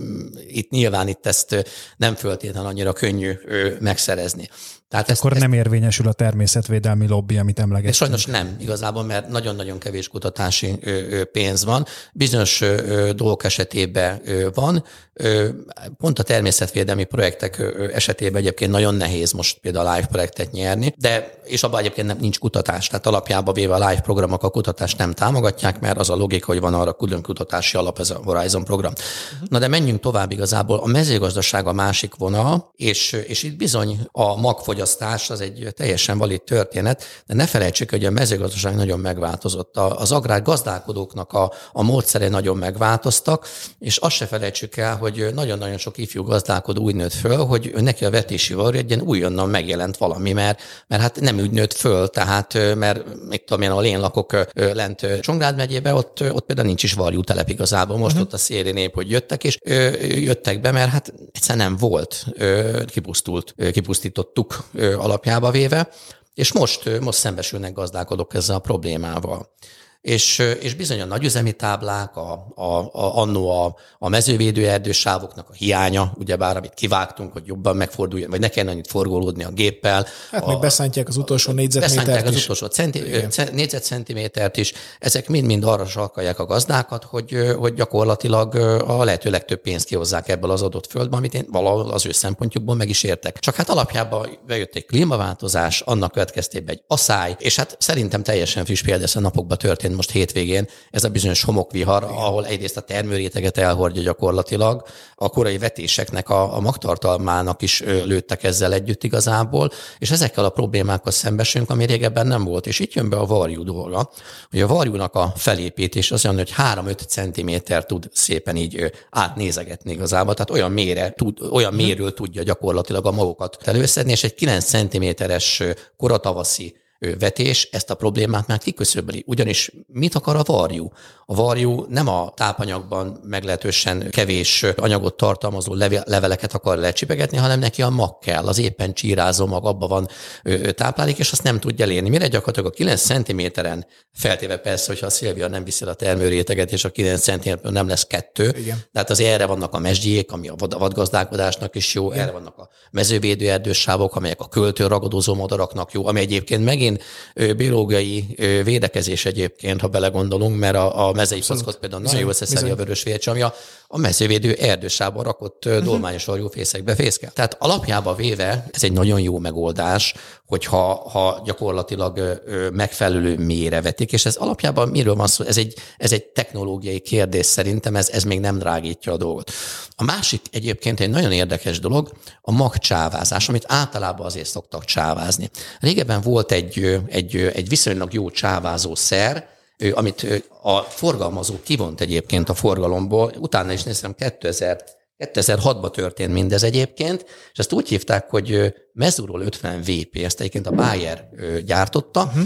itt nyilván itt ezt nem föltétlenül annyira könnyű megszerezni. Tehát Akkor ezt, nem ezt... érvényesül a természetvédelmi lobby, amit emlegettünk. Sajnos nem igazából, mert nagyon-nagyon kevés kutatási pénz van. Bizonyos dolgok esetében van. Pont a természetvédelmi projektek esetében egyébként nagyon nehéz most például a LIFE projektet nyerni, de és abban egyébként nem, nincs kutatás. Tehát alapjában véve a LIFE programok a kutatást nem támogatják, mert az a logika, hogy van arra külön kutatási alap, ez a Horizon program. Uh-huh. Na de menjünk tovább igazából. A mezőgazdaság a másik vonal, és, és itt bizony a magfogyasztás az egy teljesen valid történet, de ne felejtsük, hogy a mezőgazdaság nagyon megváltozott. Az agrárgazdálkodóknak a, a módszere nagyon megváltoztak, és azt se felejtsük el, hogy nagyon-nagyon sok ifjú gazdálkodó úgy nőtt föl, hogy neki a vetési varjú egy ilyen újonnan megjelent valami, mert, mert hát nem úgy nőtt föl, tehát mert mit tudom én, ahol én lakok lent Csongrád megyébe, ott, ott például nincs is varjú telep igazából. Most uh-huh. ott a széli nép, hogy jöttek, és ö, jöttek be, mert hát egyszerűen nem volt, ö, kipusztult, ö, kipusztítottuk ö, alapjába véve, és most, most szembesülnek gazdálkodók ezzel a problémával. És, és bizony a nagyüzemi táblák, a, a, a, annó a, a mezővédőerdős sávoknak a hiánya, ugyebár amit kivágtunk, hogy jobban megforduljon, vagy ne kellene annyit forgolódni a géppel. Hát a, meg beszántják az utolsó négyzetmétert is. Beszántják az utolsó centi, négyzetcentimétert is. Ezek mind-mind arra sarkalják a gazdákat, hogy, hogy gyakorlatilag a lehető legtöbb pénzt kihozzák ebből az adott földből, amit én valahol az ő szempontjukból meg is értek. Csak hát alapjában bejött egy klímaváltozás, annak következtében egy aszály, és hát szerintem teljesen friss példa a napokban történt most hétvégén, ez a bizonyos homokvihar, igen. ahol egyrészt a termőréteget elhordja gyakorlatilag, a korai vetéseknek a, a magtartalmának is lőttek ezzel együtt igazából, és ezekkel a problémákkal szembesülünk, ami régebben nem volt. És itt jön be a varjú dolga, hogy a varjúnak a felépítés az olyan, hogy három-öt centiméter tud szépen így átnézegetni igazából, tehát olyan mélyre, tud, olyan mélyről tudja gyakorlatilag a magokat előszedni, és egy kilenc centiméteres koratavaszi vetés ezt a problémát már kiköszöböli. Ugyanis mit akar a varjú? A varjú nem a tápanyagban meglehetősen kevés anyagot tartalmazó leveleket akar lecsipegetni, hanem neki a mag kell, az éppen csírázó mag, abban van táplálék, és azt nem tudja elérni. Mire gyakorlatilag a kilenc centiméteren, feltéve persze, hogyha a Szilvia nem viszi a termőréteget, és a kilenc centiméteren nem lesz kettő. Igen. Tehát az erre vannak a mesdjék, ami a vadgazdálkodásnak is jó, igen. erre vannak a mezővédőerdős sávok, amelyek a költő ragadozó madaraknak jó, ami egyébként megint biológiai védekezés egyébként, ha belegondolunk, mert a, a mezei fackot például nagyon jól összeszedi a vörös félcs, ami a, a mezővédő erdősávban rakott uh-huh. dolmányos varjúfészekbe fészkel. Tehát alapjába véve ez egy nagyon jó megoldás, hogyha ha gyakorlatilag megfelelő mélyre vetik, és ez alapjában miről van szó? Ez egy, ez egy technológiai kérdés szerintem, ez, ez még nem drágítja a dolgot. A másik egyébként egy nagyon érdekes dolog, a magcsávázás, amit általában azért szoktak csávázni. Régebben volt egy, egy, egy viszonylag jó csávázó szer, amit a forgalmazó kivont egyébként a forgalomból, utána is néztem, kétezer-hatban történt mindez egyébként, és ezt úgy hívták, hogy Mesurol ötven vé pé, ezt egyébként a Bayer gyártotta, uh-huh.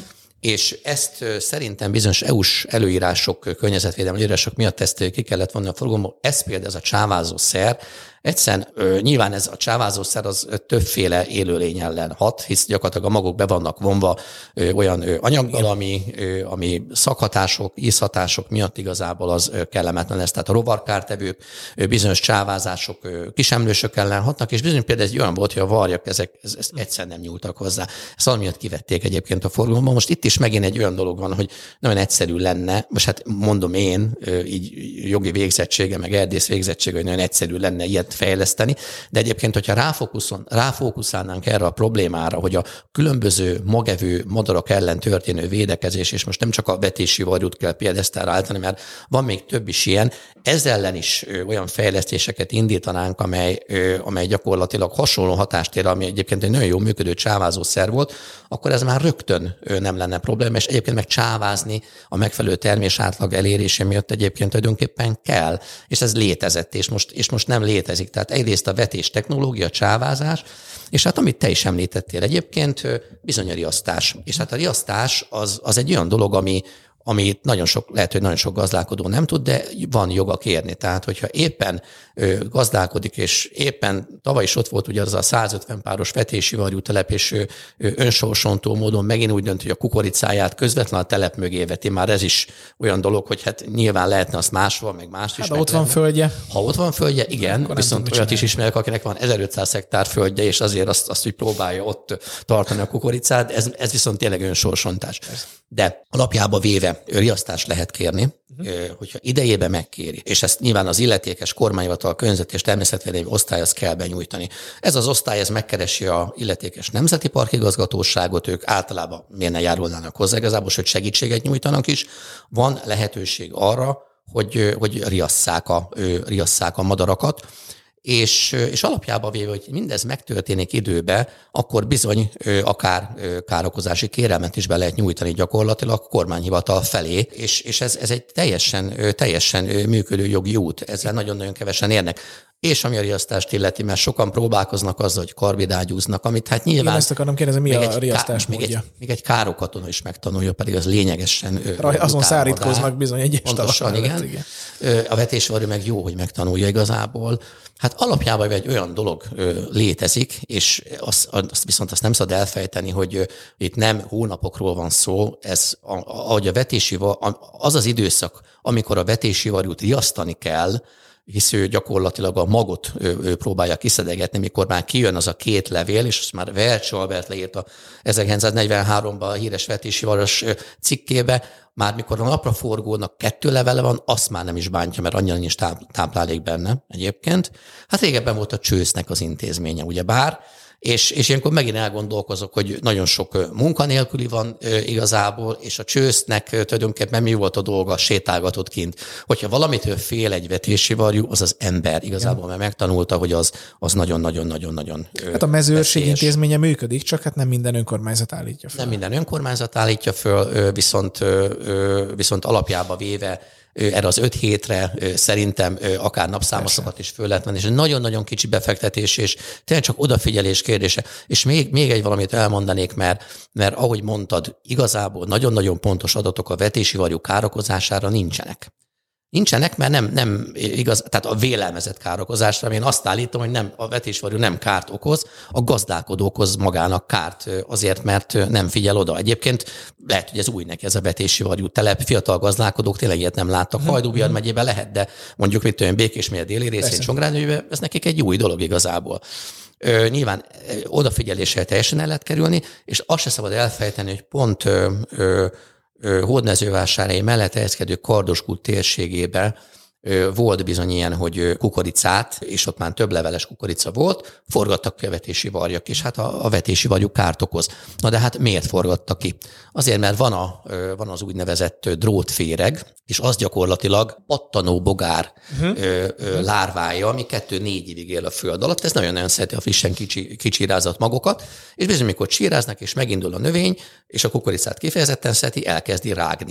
és ezt szerintem bizonyos é u-s előírások, környezetvédelmi előírások miatt ezt ki kellett vonni a forgalomból. Ez például ez a csávázó szer. Egyszerűen nyilván ez a csávázószer az többféle élőlény ellen hat, hisz gyakorlatilag a magok be vannak vonva olyan anyaggal, ami, ami szakhatások, ízhatások miatt igazából az kellemetlen lesz. Tehát a rovarkártevők, bizonyos csávázások kisemlősök ellen hatnak, és bizony például ez olyan volt, hogy a varjak ezek ezt egyszerűen nem nyúltak hozzá. Ezt valamiatt kivették egyébként a forgalomban. Most itt is megint egy olyan dolog van, hogy nagyon egyszerű lenne, most hát mondom én, így jogi végzettsége, meg erdész végzettsége, hogy nagyon egyszerű lenne ilyet fejleszteni, de egyébként, hogyha ráfókuszon, ráfókuszálnánk erre a problémára, hogy a különböző magevő madarak ellen történő védekezés, és most nem csak a vetési varjút kell piedesztára állítani, mert van még több is ilyen, ezzel ellen is ö, olyan fejlesztéseket indítanánk, amely, ö, amely gyakorlatilag hasonló hatást ér, ami egyébként egy nagyon jó működő csávázószer volt, akkor ez már rögtön ö, nem lenne probléma, és egyébként meg csávázni a megfelelő termés átlag elérése miatt egyébként tulajdonképpen kell, és ez létezett, és most, és most nem létezik. Tehát egyrészt a vetés technológia, csávázás, és hát amit te is említettél egyébként, bizony a riasztás. És hát a riasztás az, az egy olyan dolog, ami, amit nagyon sok, lehet, hogy nagyon sok gazdálkodó nem tud, de van joga kérni. Tehát, hogyha éppen ö, gazdálkodik, és éppen tavaly is ott volt ugye az a százötven páros vetési varjútelep, és ö, ö, önsorsontó módon megint úgy dönt, hogy a kukoricáját közvetlen a telep mögé veti. Már ez is olyan dolog, hogy hát nyilván lehetne azt máshol, meg mást is. Hát ott van földje. Ha ott van földje, igen, viszont olyat is ismerek, akinek van ezerötszáz hektár földje, és azért azt, azt úgy próbálja ott tartani a kukoricát, ez, ez viszont tényleg önsorsontás. De alapjába véve riasztást lehet kérni, uh-huh. hogyha idejében megkéri, és ezt nyilván az illetékes kormányhivatal környezet és természetvédelmi osztály azt kell benyújtani. Ez az osztály ez megkeresi a illetékes nemzeti parkigazgatóságot, ők általában miért ne járulnának hozzá, igazából, hogy segítséget nyújtanak is. Van lehetőség arra, hogy, hogy riasszák, a, riasszák a madarakat, És, és alapjában véve, hogy mindez megtörténik időbe, akkor bizony akár károkozási kérelmet is be lehet nyújtani gyakorlatilag a kormányhivatal felé, és, és ez, ez egy teljesen, teljesen működő jogi út. Ezzel nagyon-nagyon kevesen érnek. És ami a riasztást illeti, mert sokan próbálkoznak azzal, hogy karbidágyúznak, amit hát nyilván... Igen, ezt akarom kérdezni, mi a riasztás még módja? Egy, még egy károkatona is megtanulja, pedig az lényegesen... Raj, azon szárítkoznak bizony egyes Pontosan, igen. igen. A vetésvarjú meg jó, hogy megtanulja igazából. Hát alapjában egy olyan dolog létezik, és azt, azt viszont azt nem szabad elfejteni, hogy itt nem hónapokról van szó, ez ahogy a vetési, az az időszak, amikor a vetési varjút riasztani kell, hisz ő gyakorlatilag a magot ő, ő próbálja kiszedegetni, mikor már kijön az a két levél, és azt már Vercs Albert leírta ezerkilencszáznegyvenháromban a híres vetési varjas cikkébe, már mikor a napraforgónak kettő levele van, azt már nem is bántja, mert annyira nincs táplálék benne egyébként. Hát régebben volt a csősznek az intézménye, ugyebár, És, és ilyenkor megint elgondolkozok, hogy nagyon sok munkanélküli van e, igazából, és a csősznek tulajdonképpen mi volt a dolga, sétálgatott kint. Hogyha valamitől fél egy vetési varjú, az az ember igazából, mert megtanulta, hogy az, az nagyon-nagyon-nagyon-nagyon Hát a mezőőrség intézménye működik, csak hát nem minden önkormányzat állítja föl. Nem minden önkormányzat állítja föl, viszont, viszont alapjába véve erre az öt hétre szerintem akár napszámosokat is föl lehet menni, és nagyon-nagyon kicsi befektetés, és tényleg csak odafigyelés kérdése. És még, még egy valamit elmondanék, mert, mert ahogy mondtad, igazából nagyon-nagyon pontos adatok a vetési varjú károkozására nincsenek. Nincsenek, mert nem, nem igaz, tehát a vélelmezett károkozásra én azt állítom, hogy nem, a vetésvarjú nem kárt okoz, a gazdálkodó okoz magának kárt azért, mert nem figyel oda. Egyébként lehet, hogy ez új neki, ez a vetési varjú telep, fiatal gazdálkodók tényleg ilyet nem láttak. Hmm. Hajdú-Bihar megyében lehet, de mondjuk mit olyan Békés mégye déli részén, Csongrád ez nekik egy új dolog igazából. Ö, nyilván ö, odafigyeléssel teljesen el lehet kerülni, és azt se szabad elfejteni, hogy pont ö, ö, Hódmezővásárhely mellett helyezkedő Kardoskút térségében volt bizony ilyen, hogy kukoricát, és ott már több leveles kukorica volt, forgattak ki a vetési varjak, és hát a, a vetési varjú kárt okoz. Na de hát miért forgattak ki? Azért, mert van, a, van az úgynevezett drótféreg, és az gyakorlatilag pattanó bogár uh-huh. ö, ö, lárvája, ami kettő-négy évig él a föld alatt. Ez nagyon-nagyon szereti a frissen kicsi, kicsirázott magokat, és bizony, mikor csíráznak, és megindul a növény, és a kukoricát kifejezetten szereti, elkezdi rágni.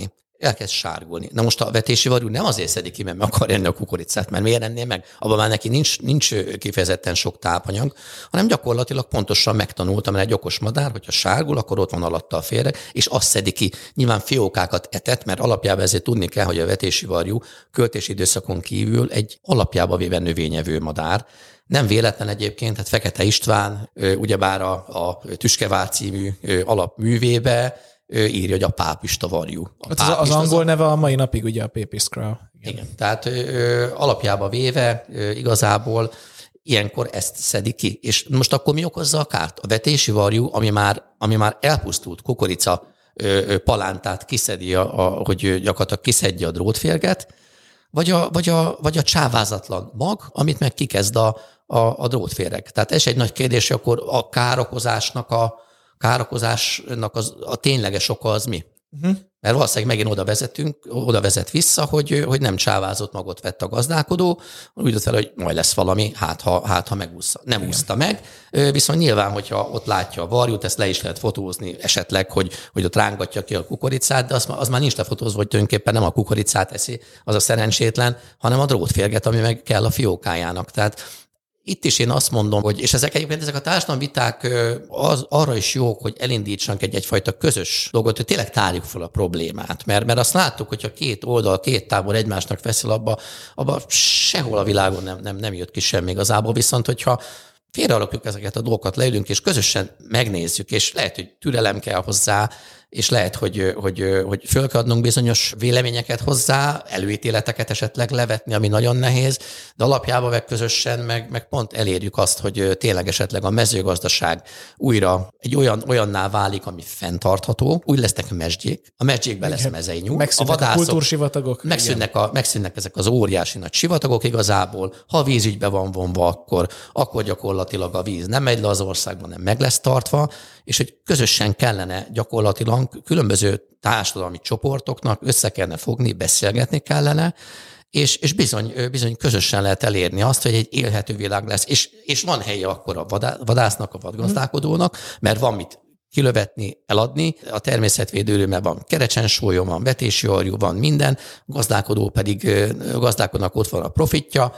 elkezd sárgulni. Na most a vetési varjú nem azért szedik ki, mert meg akar enni a kukoricát, mert miért ennél meg? Abban már neki nincs, nincs kifejezetten sok tápanyag, hanem gyakorlatilag pontosan megtanultam, mert egy okos madár, hogyha sárgul, akkor ott van alatta a féreg, és azt szedi ki. Nyilván fiókákat etet, mert alapjában ezért tudni kell, hogy a vetési varjú költési időszakon kívül egy alapjába véve növényevő madár. Nem véletlen egyébként, hát Fekete István, ugyebár a, a Tüskevár című alapművébe írja, hogy a pápista varjú. A hát az, az angol az neve a mai napig ugye a Papiskra. Igen. Igen, tehát ö, alapjába véve ö, igazából ilyenkor ezt szedi ki. És most akkor mi okozza a kárt? A vetési varjú, ami már, ami már elpusztult kukorica ö, ö, palántát kiszedi, a, a, hogy gyakorlatilag kiszedje a drótférget, vagy a, vagy, a, vagy a csávázatlan mag, amit meg kikezd a, a, a drótféreg. Tehát ez egy nagy kérdés, hogy akkor a károkozásnak a károkozásnak az, a tényleges oka az mi? Uh-huh. Mert valószínűleg megint oda vezetünk, oda vezet vissza, hogy, hogy nem csávázott magot vett a gazdálkodó, úgy jött fel, hogy majd lesz valami, hát ha, hát, ha megúszta. Nem igen. úszta meg, viszont nyilván, hogyha ott látja a varjút, ezt le is lehet fotózni esetleg, hogy, hogy ott rángatja ki a kukoricát, de az, az már nincs lefotózva, hogy tulajdonképpen nem a kukoricát eszi, az a szerencsétlen, hanem a drótférget, ami meg kell a fiókájának. Tehát itt is én azt mondom, hogy, és ezek egyébként ezek a társadalmi viták az, arra is jók, hogy elindítsanak egy egyfajta közös dolgot, hogy tényleg tárjuk fel a problémát. Mert, mert azt láttuk, hogy a két oldal, két tábor egymásnak feszül, abba, abba sehol a világon nem, nem, nem jött ki semmi igazából, viszont hogyha félrealakjuk ezeket a dolgokat, leülünk, és közösen megnézzük, és lehet, hogy türelem kell hozzá, és lehet, hogy, hogy, hogy föl kell adnunk bizonyos véleményeket hozzá, előítéleteket esetleg levetni, ami nagyon nehéz, de alapjában meg közösen meg, meg pont elérjük azt, hogy tényleg esetleg a mezőgazdaság újra egy olyan, olyanná válik, ami fenntartható, úgy lesznek mesdjék, a mesdjékben lesz mezei nyúl, megszűnnek a vadászok, a kultúrsivatagok. Megszűnnek, a, megszűnnek ezek az óriási nagy sivatagok igazából, ha a vízügybe van vonva, akkor, akkor gyakorlatilag a víz nem megy le az országban, nem meg lesz tartva, és hogy közösen kellene gyakorlatilag különböző társadalmi csoportoknak össze kellene fogni, beszélgetni kellene, és, és bizony, bizony közösen lehet elérni azt, hogy egy élhető világ lesz, és, és van helye akkor a vadásznak, a vadgazdálkodónak, mert van mit kilövetni, eladni, a természetvédőrőmben van kerecsensólyom, van vetési varjú, van minden, a gazdálkodó pedig, a gazdálkodónak ott van a profitja,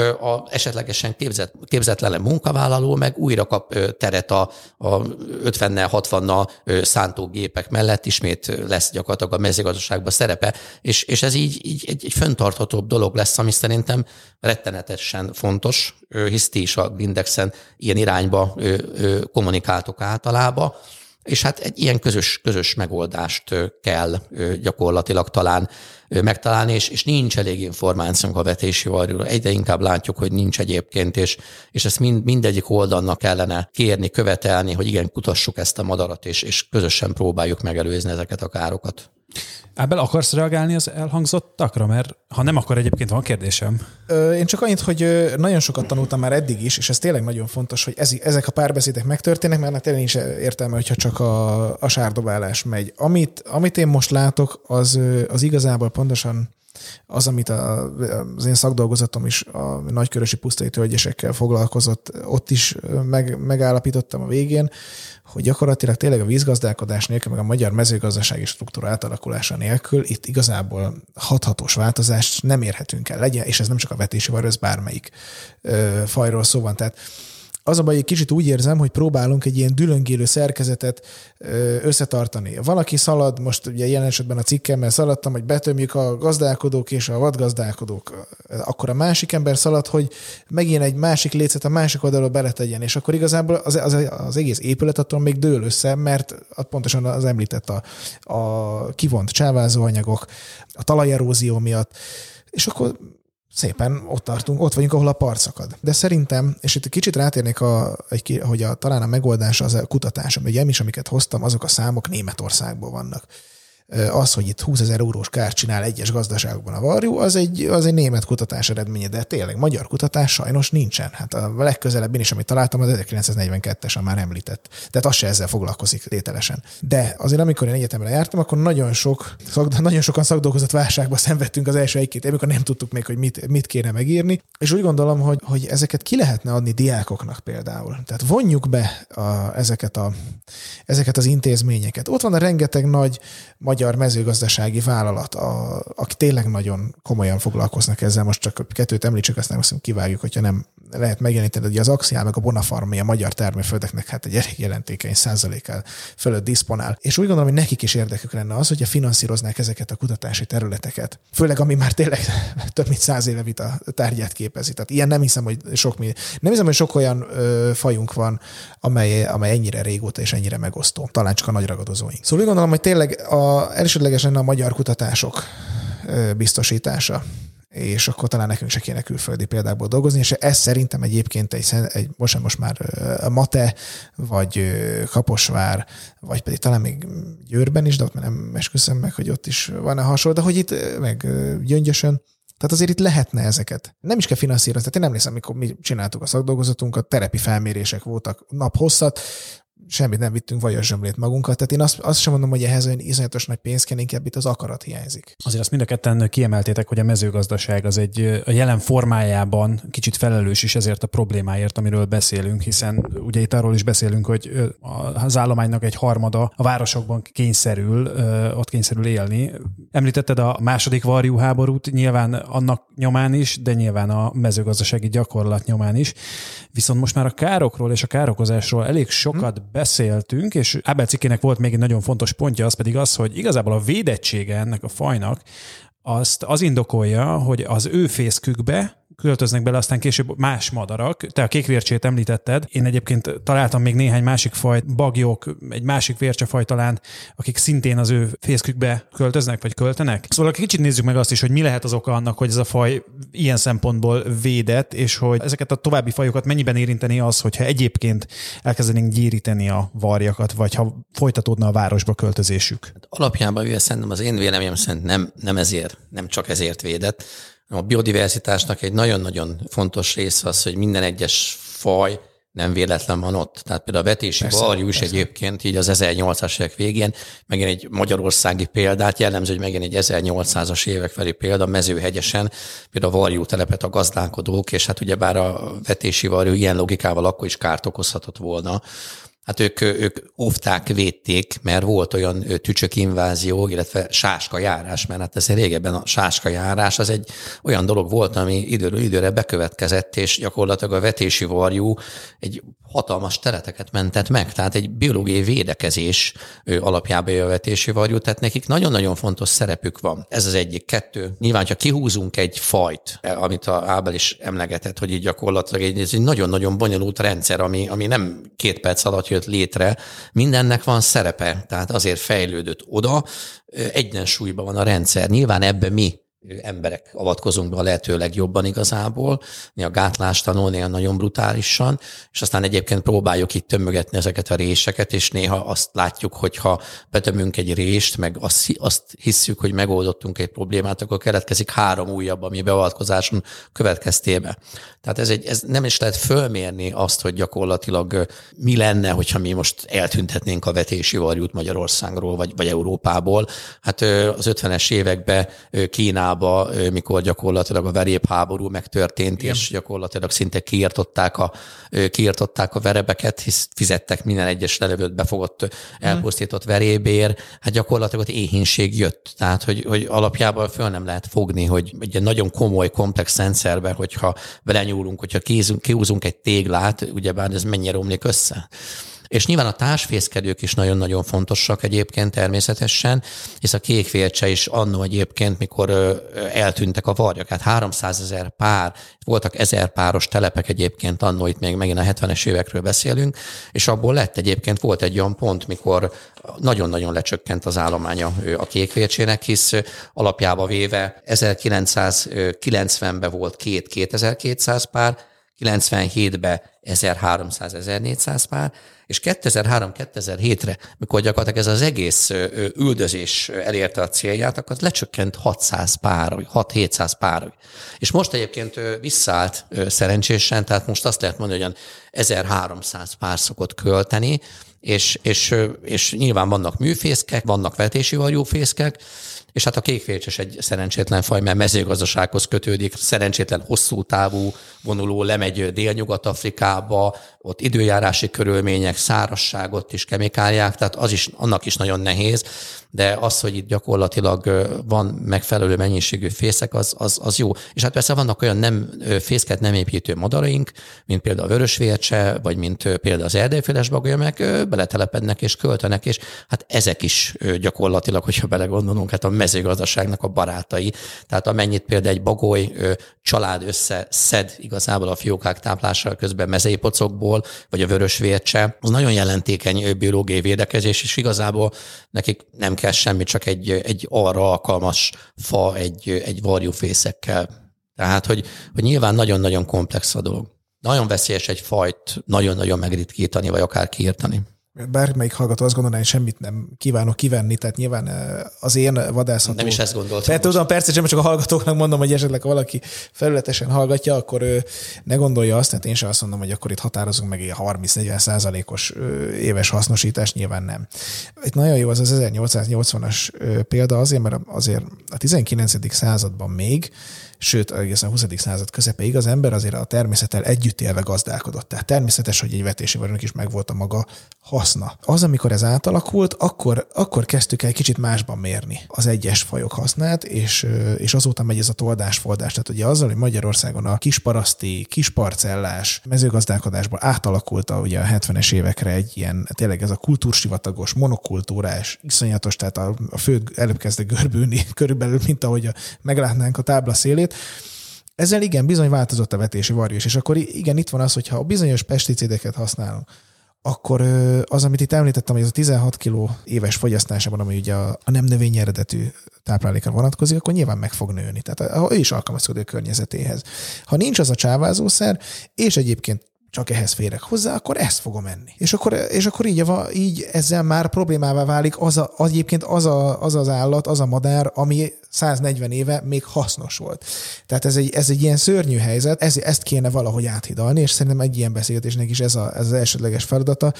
a esetlegesen képzett, képzetlen munkavállaló meg újra kap teret a, a ötvennel, hatvannal szántó gépek mellett, ismét lesz gyakorlatilag a mezőgazdaságban szerepe, és, és ez így, így egy, egy fenntarthatóbb dolog lesz, ami szerintem rettenetesen fontos, hisz ti is a Grindexen ilyen irányba kommunikáltok általában, és hát egy ilyen közös, közös megoldást kell gyakorlatilag talán megtalálni, és, és nincs elég információnk a vetési varjúra. Egyre inkább látjuk, hogy nincs egyébként, és, és ezt mind, mindegyik oldalnak kellene kérni, követelni, hogy igen, kutassuk ezt a madarat, és, és közösen próbáljuk megelőzni ezeket a károkat. Ábel, akarsz reagálni az elhangzottakra? Mert ha nem, akkor egyébként van kérdésem. Én csak annyit, hogy nagyon sokat tanultam már eddig is, és ez tényleg nagyon fontos, hogy ez, ezek a párbeszédek megtörténnek, mert ennek tényleg nincs értelme, hogyha csak a, a sárdobálás megy. Amit, amit én most látok, az, az igazából pontosan az, amit a, az én szakdolgozatom is a nagykörösi pusztai tölgyesekkel foglalkozott, ott is meg, megállapítottam a végén, hogy gyakorlatilag tényleg a vízgazdálkodás nélkül, meg a magyar mezőgazdasági struktúra átalakulása nélkül itt igazából hathatós változást nem érhetünk el. Legyen, és ez nem csak a vetési varjú, ez bármelyik ö, fajról szó van. Tehát az a baj, hogy kicsit úgy érzem, hogy próbálunk egy ilyen dülöngélő szerkezetet összetartani. Valaki szalad, most ugye jelen esetben a cikkemmel szaladtam, hogy betömjük a gazdálkodók és a vadgazdálkodók. Akkor a másik ember szalad, hogy megint egy másik lécet a másik oldalról beletegyen, és akkor igazából az, az, az egész épület attól még dől össze, mert pontosan az említett a, a kivont csávázóanyagok, a talajerózió miatt, és akkor szépen ott tartunk, ott vagyunk, ahol a part szakad. De szerintem, és itt kicsit rátérnék, a, hogy a, talán a megoldás az a kutatás, ugye is, amiket hoztam, azok a számok Németországból vannak. Az, hogy itt húszezer eurós kárt csinál egyes gazdaságokban a varjú, az egy, az egy német kutatás eredménye, de tényleg magyar kutatás sajnos nincsen. Hát a legközelebb én is, amit találtam, az ezerkilencszáznegyvenkettes, a már említett. Tehát az se ezzel foglalkozik tételesen. De azért, amikor én egyetemre jártam, akkor nagyon sok, nagyon sokan szakdolgozat válságba szenvedtünk az első egy-két év, amikor nem tudtuk még, hogy mit, mit kéne megírni. És úgy gondolom, hogy, hogy ezeket ki lehetne adni diákoknak például. Tehát vonjuk be a, ezeket, a, ezeket az intézményeket. Ott van a rengeteg nagy magyar magyar mezőgazdasági vállalat, a, aki tényleg nagyon komolyan foglalkoznak ezzel, most csak kettőt említsük, aztán azt mondom, kivágjuk, hogyha nem lehet megjeleníteni, hogy az Axial meg a Bonafarm, ami a magyar termőföldeknek hát egy elég jelentékeny százalékkal fölött diszponál. És úgy gondolom, hogy nekik is érdekük lenne az, hogyha finanszíroznák ezeket a kutatási területeket. Főleg, ami már tényleg több mint száz éve vita tárgyát képezi. Tehát ilyen nem hiszem, hogy sok, nem hiszem, hogy sok olyan ö, fajunk van, amely, amely ennyire régóta és ennyire megosztó. Talán csak a nagy ragadozóink. Szóval úgy gondolom, hogy tényleg a, elsődleges lenne a magyar kutatások ö, biztosítása. És akkor talán nekünk se kéne külföldi példákból dolgozni, és ez szerintem egyébként egy, egy most, most már a Mate, vagy Kaposvár, vagy pedig talán még Győrben is, de ott már nem esküszöm meg, hogy ott is van-e hasonló, de hogy itt meg Gyöngyösön, tehát azért itt lehetne ezeket. Nem is kell finanszírozni. Tehát én emlékszem, amikor mi csináltuk a szakdolgozatunkat, terepi felmérések voltak naphosszat, semmit nem vittünk vajas-zsömlét magunkat. Tehát én azt, azt sem mondom, hogy ehhez olyan iszonyatos nagy pénz kell, inkább itt az akarat hiányzik. Azért azt mind a ketten kiemeltétek, hogy a mezőgazdaság az egy a jelen formájában kicsit felelős is ezért a problémáért, amiről beszélünk, hiszen ugye itt arról is beszélünk, hogy az állománynak egy harmada a városokban kényszerül, ott kényszerül élni. Említetted a második varjúháborút, nyilván annak nyomán is, de nyilván a mezőgazdasági gyakorlat nyomán is. Viszont most már a károkról és a károkozásról elég sokat hmm. beszéltünk, és Ábel cikkének volt még egy nagyon fontos pontja, az pedig az, hogy igazából a védettsége ennek a fajnak azt az indokolja, hogy az ő fészkükbe költöznek bele aztán később más madarak. Te a kékvércsét említetted. Én egyébként találtam még néhány másik fajt, bagyok, egy másik vércsefaj talán, akik szintén az ő fészkükbe költöznek, vagy költenek. Szóval kicsit nézzük meg azt is, hogy mi lehet az oka annak, hogy ez a faj ilyen szempontból védett, és hogy ezeket a további fajokat mennyiben érinteni az, hogyha egyébként elkezdenénk gyéríteni a varjakat, vagy ha folytatódna a városba költözésük. Alapjában ugye szerintem az én véleményem szerint nem, nem ezért, nem csak ezért védett. A biodiverzitásnak egy nagyon-nagyon fontos része az, hogy minden egyes faj nem véletlen van ott. Tehát például a vetési varjú is egyébként így az ezernyolcszázas évek végén, megint egy magyarországi példát jellemző, hogy megint egy ezernyolcszázas évek felé példa, Mezőhegyesen, például a varjútelepet a gazdálkodók, és hát ugyebár a vetési varjú ilyen logikával akkor is kárt okozhatott volna. Hát ők, ők óvták, védték, mert volt olyan tücsökinvázió, illetve sáskajárás, mert hát ez régebben a sáskajárás az egy olyan dolog volt, ami időről időre bekövetkezett, és gyakorlatilag a vetési varjú egy hatalmas területeket mentett meg, tehát egy biológiai védekezés alapjában a vetési varjú, tehát nekik nagyon-nagyon fontos szerepük van. Ez az egyik. Kettő. Nyilván, ha kihúzunk egy fajt, amit a Ábel is emlegetett, hogy így gyakorlatilag egy, ez egy nagyon-nagyon bonyolult rendszer, ami, ami nem két perc alatt jött létre, mindennek van szerepe, tehát azért fejlődött oda, egyensúlyban van a rendszer. Nyilván ebbe mi emberek avatkozunk be a lehető legjobban igazából, néha gátlástalanul, néha nagyon brutálisan, és aztán egyébként próbáljuk itt tömögetni ezeket a réseket, és néha azt látjuk, hogy ha betömünk egy rést, meg azt, azt hisszük, hogy megoldottunk egy problémát, akkor keletkezik három újabb, ami beavatkozáson következtében. Tehát ez, egy, ez nem is lehet fölmérni azt, hogy gyakorlatilag mi lenne, hogyha mi most eltüntetnénk a vetési varjút Magyarországról, vagy, vagy Európából. Hát az ötvenes években Kínában, mikor gyakorlatilag a verépháború megtörtént, igen, és gyakorlatilag szinte kiirtották a, kiirtották a verebeket, hisz fizettek minden egyes lelövőt befogott, elpusztított verébér, hát gyakorlatilag ott éhínség jött. Tehát, hogy, hogy alapjában föl nem lehet fogni, hogy egy nagyon komoly, komplex rendszerben, hogyha vele nyúlunk, hogyha kihúzunk egy téglát, ugyebár ez mennyire romlik össze. És nyilván a társfészkedők is nagyon-nagyon fontosak egyébként természetesen, hisz a kékvércse is annó egyébként, mikor eltűntek a varjak, hát háromszázezer pár, voltak ezer páros telepek egyébként annó, itt még megint a hetvenes évekről beszélünk, és abból lett egyébként, volt egy olyan pont, mikor nagyon-nagyon lecsökkent az állománya a kékvércsének, hisz alapjába véve ezerkilencszázkilencvenben volt két kétezer-kétszáz pár, kilencvenhétben ezerháromszáz-ezernégyszáz pár, és kétezer-három-kétezer-hétre, mikor gyakorlatilag ez az egész üldözés elérte a célját, akkor lecsökkent hatszáz pár, hat-hétszáz pár. És most egyébként visszaállt szerencsésen, tehát most azt lehet mondani, hogy ezerháromszáz pár szokott költeni, és, és, és nyilván vannak műfészkek, vannak vetési varjúfészkek, és hát a kékfércses egy szerencsétlen faj, mert mezőgazdasághoz kötődik, szerencsétlen hosszú távú vonuló, lemegy Délnyugat-Afrikába, ott időjárási körülmények, szárazságot is kemikálják, tehát az is, annak is nagyon nehéz, de az, hogy itt gyakorlatilag van megfelelő mennyiségű fészek, az, az, az jó. És hát persze vannak olyan nem, fészket nem építő madaraink, mint például a vörösvércse, vagy mint például az erdélyfüles bagoly, meg beletelepednek és költenek, és hát ezek is gyakorlatilag, hogyha belegondolunk, hát a mezőgazdaságnak a barátai. Tehát amennyit például egy bagoly család összeszed igazából a fiókák táplása közben mezőpocokból, vagy a vörösvércse, az nagyon jelentékeny biológiai védekezés, és igazából nekik nem kell semmi, csak egy, egy arra alkalmas fa, egy, egy varjúfészekkel. Tehát, hogy, hogy nyilván nagyon-nagyon komplex a dolog. Nagyon veszélyes egy fajt nagyon-nagyon megritkítani, vagy akár kiirtani. Bármelyik hallgató azt gondolná, hogy semmit nem kívánok kivenni, tehát nyilván az én vadászható... Nem is ezt gondoltam. Tehát tudom, persze, sem csak a hallgatóknak mondom, hogy esetleg ha valaki felületesen hallgatja, akkor ő ne gondolja azt, tehát én sem azt mondom, hogy akkor itt határozunk meg egy harminc-negyven százalékos éves hasznosítás, nyilván nem. Itt nagyon jó az az ezernyolcszáznyolcvanas példa azért, mert azért a tizenkilencedik században még, sőt, egészen a huszadik század közepeig az ember azért a természettel együtt élve gazdálkodott. Tehát természetes, hogy egy vetési varjúnak is megvolt a maga haszna. Az, amikor ez átalakult, akkor, akkor kezdtük el kicsit másban mérni az egyes fajok hasznát, és, és azóta megy ez a toldás-foldás. Tehát ugye azzal, hogy Magyarországon a kisparaszti, kisparcellás mezőgazdálkodásból átalakult a, ugye a hetvenes évekre egy ilyen, tényleg ez a kultúrsivatagos, monokultúrás, iszonyatos, tehát a, a föld előbb kezd görbülni körülbelül, mint ahogy a, meglátnánk a tábla szélét. Ezzel igen, bizony változott a vetési varjú is, és akkor igen, itt van az, hogyha a bizonyos peszticideket használunk, akkor az, amit itt említettem, hogy ez a tizenhat kiló éves fogyasztásában, ami ugye a, a nem növényi eredetű táplálékra vonatkozik, akkor nyilván meg fog nőni. Tehát ő is alkalmazkodik a környezetéhez. Ha nincs az a csávázószer, és egyébként csak ehhez férek hozzá, akkor ezt fogom enni. És akkor, és akkor így, így ezzel már problémává válik az, a, az egyébként az, a, az az állat, az a madár, ami száznegyven éve még hasznos volt. Tehát ez egy, ez egy ilyen szörnyű helyzet, ez, ezt kéne valahogy áthidalni, és szerintem egy ilyen beszélgetésnek is ez, a, ez az elsődleges feladata.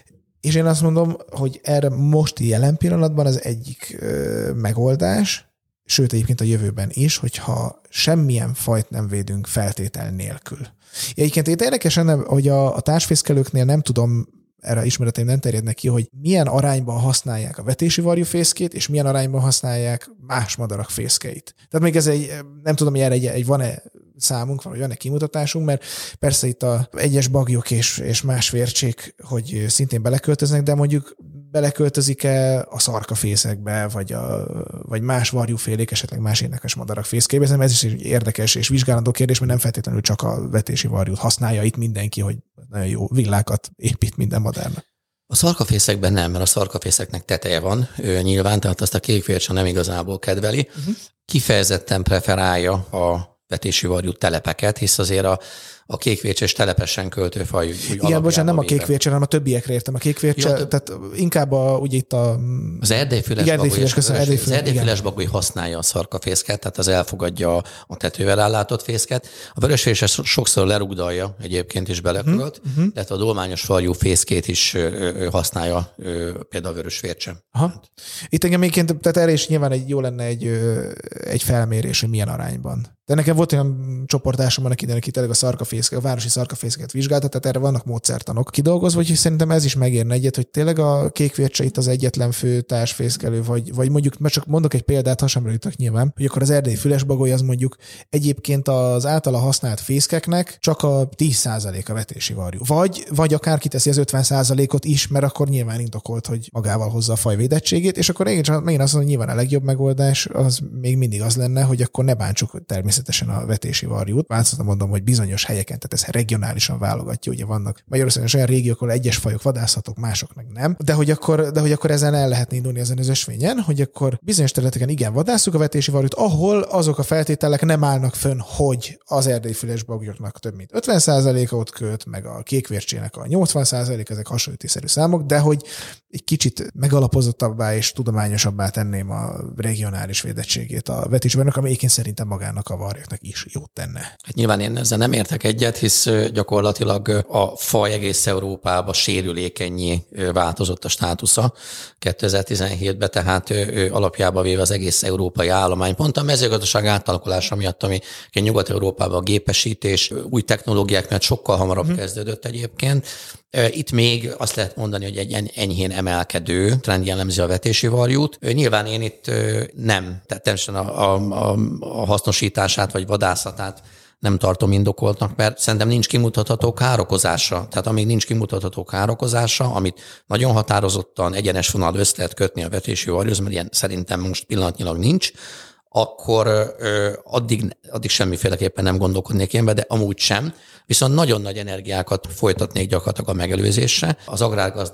És én azt mondom, hogy erre most jelen pillanatban az egyik ö, megoldás, sőt egyébként a jövőben is, hogyha semmilyen fajt nem védünk feltétel nélkül. Egyébként itt érdekesen, hogy a, a társfészkelőknél nem tudom, erre ismereteim nem terjednek ki, hogy milyen arányban használják a vetési varjú fészkét, és milyen arányban használják más madarak fészkeit. Tehát még ez egy, nem tudom, hogy erre egy, egy van-e számunk, vagy van-e kimutatásunk, mert persze itt a egyes bagyok és, és más vércsék, hogy szintén beleköltöznek, de mondjuk beleköltözik-e a szarkafészekbe, vagy, a, vagy más varjúfélék, esetleg más énekes madarak fészkébe. Ez is egy érdekes és vizsgálandó kérdés, mert nem feltétlenül csak a vetési varjút használja itt mindenki, hogy nagyon jó villákat épít minden madárnak. A szarkafészekben nem, mert a szarkafészeknek teteje van ő, nyilván, tehát azt a kékfércse nem igazából kedveli. Uh-huh. Kifejezetten preferálja a vetési varjú telepeket, hisz azért a, a kékvércses telepesen költő faj. Igen, bocsánat, nem a kékvércse, hanem a többiekre értem. A kékvércse, ja, több... tehát inkább a, ugye itt a... Az erdélyfüles bagoly, erdélyfüles, köszönöm, erdélyfüles, az erdélyfüles bagoly használja a szarkafészket, tehát az elfogadja a tetővel ellátott fészket. A vörösvércses sokszor lerugdalja, egyébként is belekölt, uh-huh. tehát a dolmányos varjú fészkét is használja például a vörösvércse. Aha. Itt engem egyébként, tehát erre is nyilván egy, jó lenne egy, egy felmérés, hogy milyen arányban. De nekem volt olyan csoportásom, aki neki tényleg a szarkafészke, a városi szarkafészket vizsgálta, tehát erre vannak módszertanok kidolgozva, úgyhogy szerintem ez is megérne egyet, hogy tényleg a kékvércse itt az egyetlen fő társfészkelő, vagy, vagy mondjuk, mert csak mondok egy példát, ha sem rögtök nyilván, hogy akkor az erdélyi fülesbagoly az mondjuk egyébként az általa használt fészkeknek csak a tíz százalék a vetési varjú. Vagy, vagy akár kiteszi az ötven százalékot is, mert akkor nyilván indokolt, hogy magával hozza a faj védettségét, és akkor én csak megint azt mondom, hogy nyilván a legjobb megoldás az még mindig az lenne, hogy akkor ne bántsuk természetesen a vetési varjút. Változatban mondom, hogy bizonyos helyeken, tehát ez regionálisan válogatja, ugye vannak Magyarországon olyan régiók, ahol egyes fajok vadászhatók, mások meg nem. De hogy akkor, de hogy akkor ezen el lehetne indulni ezen az ösvényen, hogy akkor bizonyos területeken igen vadásszuk a vetési varjút, ahol azok a feltételek nem állnak fönn, hogy az erdélyfüles bagyoknak több mint ötven százalékot köt, meg a kékvércsének a nyolcvan százalék, ezek hasonlítésszerű számok, de hogy egy kicsit megalapozottabbá és tudományosabbá tenném a regionális védettségét a vetési varjúnak, ami egyébként szerintem magának a varjaknak is jót tenne. Hát nyilván én ezzel nem értek egyet, hisz gyakorlatilag a faj egész Európában sérülékennyé változott a státusza kétezer-tizenhétben, tehát alapjában véve az egész európai állomány. Pont a mezőgazdaság átalakulása miatt, ami Nyugat-Európában a gépesítés, új technológiák miatt sokkal hamarabb hmm. kezdődött egyébként. Itt még azt lehet mondani, hogy egy enyhén emelkedő trend jellemzi a vetési varjút. Nyilván én itt nem, tehát természetesen a, a, a hasznosítását vagy vadászatát nem tartom indokoltnak, mert szerintem nincs kimutatható károkozása. Tehát amíg nincs kimutatható károkozása, amit nagyon határozottan egyenes vonal össze lehet kötni a vetési varjúhoz, mert ilyen szerintem most pillanatnyilag nincs, akkor ö, addig, addig semmiféleképpen nem gondolkodnék ilyenbe, de amúgy sem. Viszont nagyon nagy energiákat folytatnék gyakorlatilag a megelőzésre, az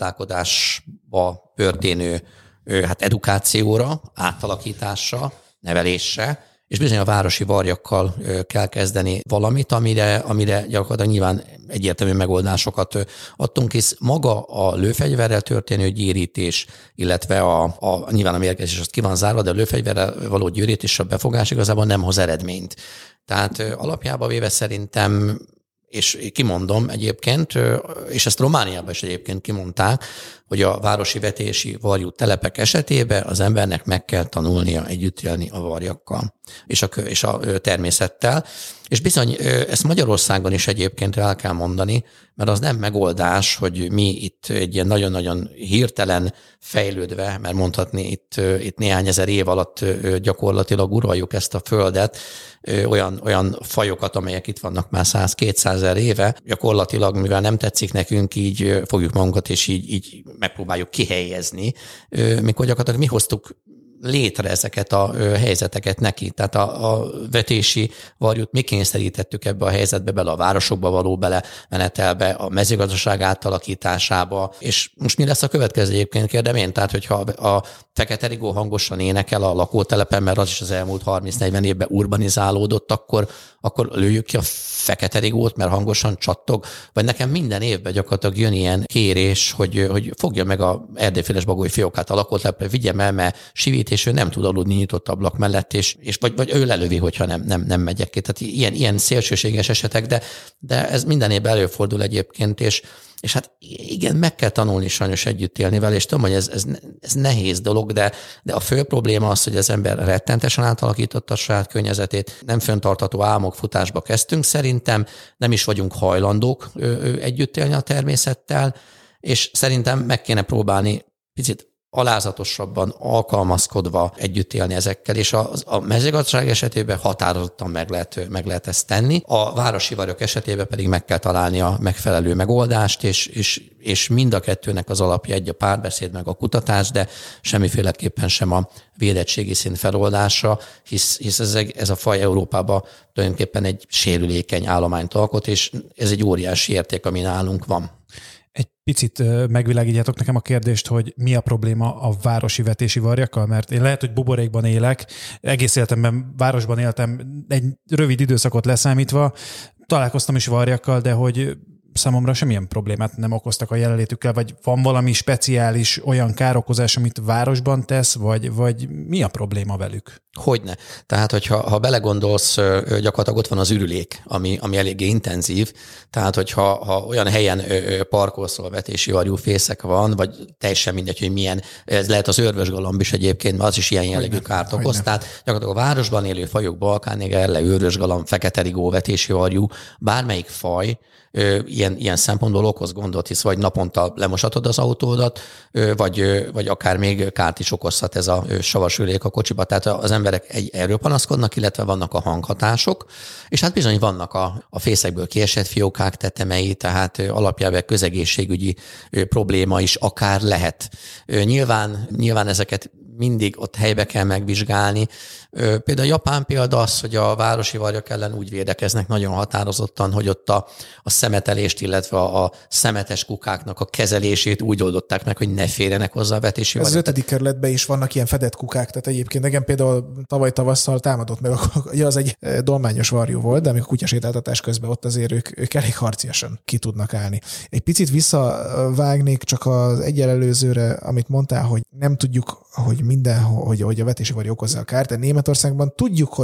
agrárgazdálkodásba történő ö, hát edukációra, átalakításra, nevelésre, és bizony a városi varjakkal kell kezdeni valamit, amire, amire gyakorlatilag nyilván egyértelmű megoldásokat adtunk, hisz maga a lőfegyverrel történő gyérítés, illetve a, a nyilván a mérgezés azt ki van zárva, de a lőfegyverrel való gyűrítés, a befogás igazából nem hoz eredményt. Tehát alapjában véve szerintem, és kimondom egyébként, és ezt Romániában is egyébként kimondták, hogy a városi vetési varjú telepek esetében az embernek meg kell tanulnia együtt élni a varjakkal és a, és a természettel. És bizony ezt Magyarországon is egyébként el kell mondani, mert az nem megoldás, hogy mi itt egy ilyen nagyon-nagyon hirtelen fejlődve, mert mondhatni itt, itt néhány ezer év alatt gyakorlatilag uraljuk ezt a földet, olyan, olyan fajokat, amelyek itt vannak már száz-kétszázezer éve, gyakorlatilag, mivel nem tetszik nekünk, így fogjuk magunkat, és így, így megpróbáljuk kihelyezni, mikor gyakorlatilag mi hoztuk létre ezeket a helyzeteket neki. Tehát a, a vetési varjút mi kényszerítettük ebbe a helyzetbe bele, a városokba való bele menetelbe, a mezőgazdaság átalakításába, és most mi lesz a következő egyébként, kérdem én? Tehát, hogyha a Fekete Rigó hangosan énekel a lakótelepen, mert az is az elmúlt harminc-negyven évben urbanizálódott, akkor, akkor lőjük ki a Fekete Rigót, mert hangosan csattog, vagy nekem minden évben gyakorlatilag jön ilyen kérés, hogy, hogy fogja meg a erdélyféles bagoly fiókát a lakótelepre, vigyem el, mert sivít, és ő nem tud aludni nyitott ablak mellett, és, és vagy, vagy ő lelövi, hogyha nem, nem, nem megyek ki. Tehát ilyen, ilyen szélsőséges esetek, de, de ez minden évben előfordul egyébként, és, és hát igen, meg kell tanulni sajnos együtt élni vele, és tudom, hogy ez, ez, ez nehéz dolog, de, de a fő probléma az, hogy az ember rettentesen átalakította a saját környezetét, nem fenntartható álmok futásba kezdtünk szerintem, nem is vagyunk hajlandók ő, ő, együtt élni a természettel, és szerintem meg kéne próbálni picit alázatosabban, alkalmazkodva együtt élni ezekkel, és a, a mezőgazdaság esetében határozottan meg lehet, meg lehet ezt tenni. A városi varjok esetében pedig meg kell találni a megfelelő megoldást, és, és, és mind a kettőnek az alapja egy a párbeszéd, meg a kutatás, de semmiféleképpen sem a védettségi szint feloldása, hisz, hisz ez, ez a faj Európában tulajdonképpen egy sérülékeny állományt alkot, és ez egy óriási érték, ami nálunk van. Egy picit megvilágítjátok nekem a kérdést, hogy mi a probléma a városi vetési varjakkal, mert én lehet, hogy buborékban élek, egész életemben városban éltem, egy rövid időszakot leszámítva, találkoztam is varjakkal, de hogy számomra semmilyen problémát nem okoztak a jelenlétükkel, vagy van valami speciális olyan károkozás, amit városban tesz, vagy, vagy mi a probléma velük? Hogyne. Tehát, hogyha ha belegondolsz, gyakorlatilag ott van az ürülék, ami, ami eléggé intenzív, tehát, hogyha ha olyan helyen parkolsz, ahol vetési varjú fészek van, vagy teljesen mindegy, hogy milyen, ez lehet az őrvösgalamb is egyébként, mert az is ilyen jellegű kárt okoz. Tehát gyakorlatilag a városban élő fajok, balkánégerle, őrvösgalamb, fekete rigó, vetési varjú, bármelyik faj, Ilyen, ilyen szempontból okoz gondot, hisz vagy naponta lemosatod az autódat, vagy, vagy akár még kárt is okozhat ez a savas ülék a kocsiba. Tehát az emberek egy, erről panaszkodnak, illetve vannak a hanghatások, és hát bizony vannak a, a fészekből kiesett fiókák tetemei, tehát alapjában közegészségügyi probléma is akár lehet. Nyilván, nyilván ezeket mindig ott helybe kell megvizsgálni. Például a japán példa az, hogy a városi varjak ellen úgy védekeznek nagyon határozottan, hogy ott a, a szemetelést, illetve a, a szemetes kukáknak a kezelését úgy oldották meg, hogy ne férjenek hozzá a vetési varjak. Az ötödik kerületben is vannak ilyen fedett kukák, tehát egyébként nekem például tavaly tavasszal támadott meg, ugye az egy dolmányos varjú volt, de amikor kutyasétáltatás közben ott azért ők, ők elég harciasan ki tudnak állni. Egy picit visszavágnék csak az egyel előzőre, amit mondtál, hogy nem tudjuk, hogy minden, hogy, hogy a vetési varjú okozza a kárt, de Németországban tudjuk, hogy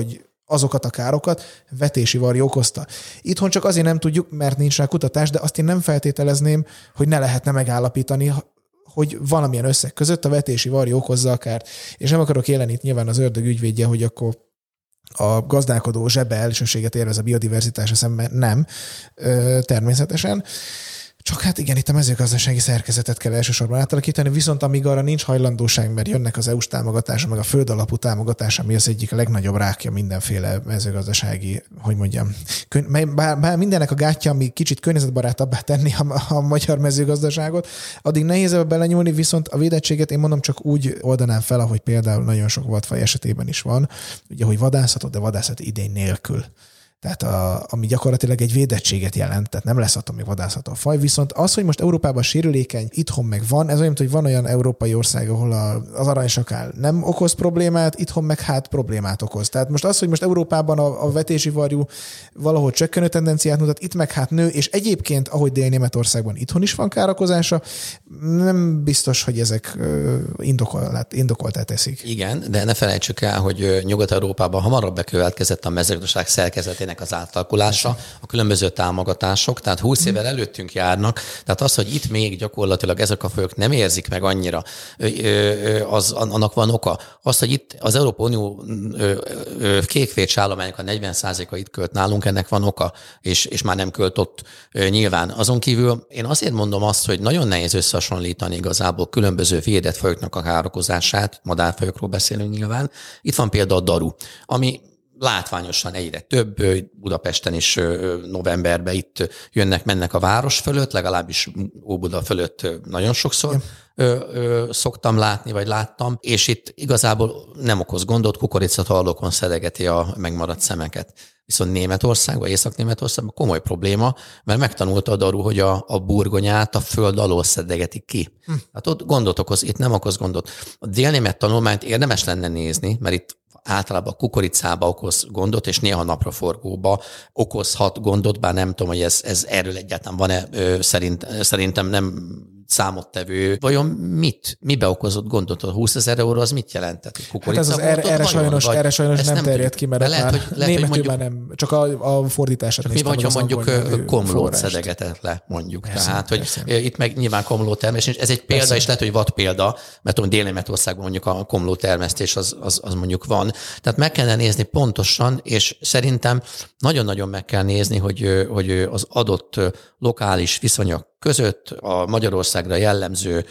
azokat a károkat vetési varjú okozta. Itthon csak azért nem tudjuk, mert nincs rá kutatás, de azt én nem feltételezném, hogy ne lehetne megállapítani, hogy valamilyen összeg között a vetési varjú okozza a kárt. És nem akarok élni itt nyilván az ördög ügyvédje, hogy akkor a gazdálkodó zsebe elsőséget élvez a biodiverzitásra szemben. Nem, természetesen. Csak hát igen, itt a mezőgazdasági szerkezetet kell elsősorban átalakítani, viszont amíg arra nincs hajlandóság, mert jönnek az é u-s támogatása, meg a földalapú támogatása, ami az egyik a legnagyobb rákja mindenféle mezőgazdasági, hogy mondjam, bár, bár mindennek a gátja, ami kicsit környezetbarátabbá tenni a, a magyar mezőgazdaságot, addig nehéz ebbe belenyúlni, viszont a védettséget én mondom csak úgy oldanám fel, ahogy például nagyon sok vadfaj esetében is van, ugye, hogy vadászatot, de vadászati idény nélkül. Tehát a, ami gyakorlatilag egy védettséget jelent, tehát nem lesz attól még vadászható a faj. Viszont az, hogy most Európában sérülékeny, itthon meg van, ez olyan, hogy van olyan európai ország, ahol a, az aranysakál nem okoz problémát, itthon meg hát problémát okoz. Tehát most az, hogy most Európában a, a vetési varjú valahol csökkenő tendenciát mutat, itt meg hát nő, és egyébként, ahogy Dél-Németországban itthon is van károkozása, nem biztos, hogy ezek indokoltá, indokoltá teszik. Igen, de ne felejtsük el, hogy Nyugat-Európában hamarabb bekövetkezett a mezőgazdaság szerkezetének az átalakulása, a különböző támogatások, tehát húsz évvel előttünk járnak, tehát az, hogy itt még gyakorlatilag ezek a fajok nem érzik meg annyira, az, annak van oka. Az, hogy itt az Európai Unió kékfércs állományok a negyven százaléka itt költ nálunk, ennek van oka, és, és már nem költ ott nyilván. Azon kívül én azért mondom azt, hogy nagyon nehéz összehasonlítani igazából különböző védett fajoknak a károkozását, madárfajokról beszélünk nyilván. Itt van például a daru, ami látványosan egyre több, Budapesten is novemberben itt jönnek, mennek a város fölött, legalábbis Óbuda fölött nagyon sokszor ö, ö, szoktam látni, vagy láttam, és itt igazából nem okoz gondot, kukoricatallókon szedegeti a megmaradt szemeket. Viszont Németországban, Észak-Németországban komoly probléma, mert megtanulta a daru, hogy a, a burgonyát a föld alól szedegetik ki. Hm. Hát ott gondot okoz, itt nem okoz gondot. A délnémet tanulmányt érdemes lenne nézni, mert itt általában a kukoricába okoz gondot, és néha napraforgóba okozhat gondot, bár nem tudom, hogy ez, ez erről egyáltalán van-e, szerint, szerintem nem számottevő. Vajon mit? Mibe okozott gondot? A húszezer euró az mit jelentett? Hát ez az erre, erre sajnos, erre sajnos nem, nem terjed ki, mert lehet, már hogy, németül már nem, csak a, a fordítását néztem. Mi van, ha mondjuk komlót szedegetett le, mondjuk. Persze, Tehát, hogy persze. Itt meg nyilván komló termesztés, ez egy példa, persze. És lehet, hogy vad példa, mert tudom, Dél-Németországban mondjuk a komló termesztés az, az, az mondjuk van. Tehát meg kellene nézni pontosan, és szerintem nagyon-nagyon meg kell nézni, hogy, hogy az adott lokális viszonyok között a Magyarországra jellemző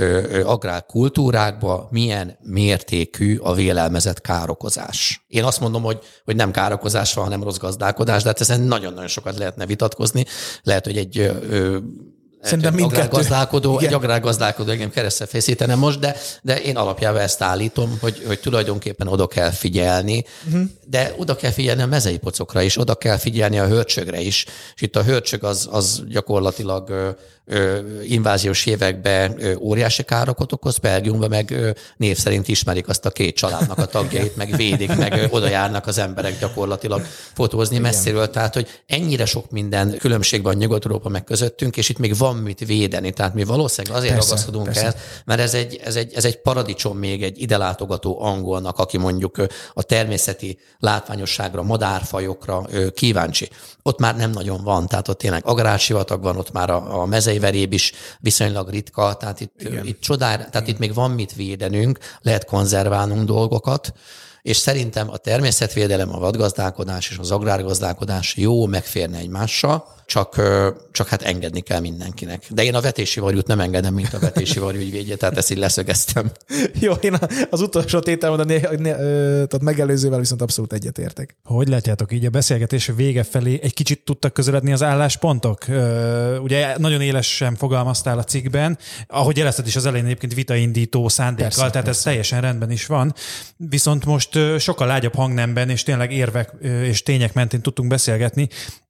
agrárkultúrákban milyen mértékű a vélelmezett károkozás. Én azt mondom, hogy, hogy nem károkozás van, hanem rossz gazdálkodás, de hát ezen nagyon-nagyon sokat lehetne vitatkozni. Lehet, hogy egy ö, Szerintem egy agrárgazdálkodó, egy agrárgazdálkodó engem keresztre fészítene most, de, de én alapjában ezt állítom, hogy, hogy tulajdonképpen oda kell figyelni, uh-huh. de oda kell figyelni a mezei pocokra is, oda kell figyelni a hörcsögre is, és itt a hörcsög az, az gyakorlatilag ö, ö, inváziós években ö, óriási károkat okoz, Belgiumban meg ö, név szerint ismerik azt a két családnak a tagjait, meg védik, meg ö, oda járnak az emberek gyakorlatilag fotózni messziről, tehát hogy ennyire sok minden különbség van Nyugat-Európa meg közöttünk, és itt még van mit védeni. Tehát mi valószínűleg azért persze, ragaszkodunk persze. el, mert ez egy, ez, egy, ez egy paradicsom még egy ide látogató angolnak, aki mondjuk a természeti látványosságra, madárfajokra kíváncsi. Ott már nem nagyon van, tehát ott tényleg agrársivatag van, ott már a, a mezei veréb is viszonylag ritka, tehát itt, itt csodár, tehát itt még van mit védenünk, lehet konzerválnunk dolgokat, és szerintem a természetvédelem, a vadgazdálkodás és az agrárgazdálkodás jó megférne egymással, csak, csak hát engedni kell mindenkinek. De én a vetési varjút nem engedem, mint a vetési varjú ügyvédje, tehát ezt így leszögeztem. Jó, én az utolsó tételmódon, tehát megelőzővel viszont abszolút egyetértek. Hogy látjátok, így a beszélgetés vége felé egy kicsit tudtak közeledni az álláspontok? Ugye nagyon élesen fogalmaztál a cikkben, ahogy jelezted is az elején egyébként vitaindító szándékkal, persze, tehát persze. Ez teljesen rendben is van. Viszont most sokkal lágyabb hangnemben és tényleg érvek és tények mentén tudtunk beszélgetni.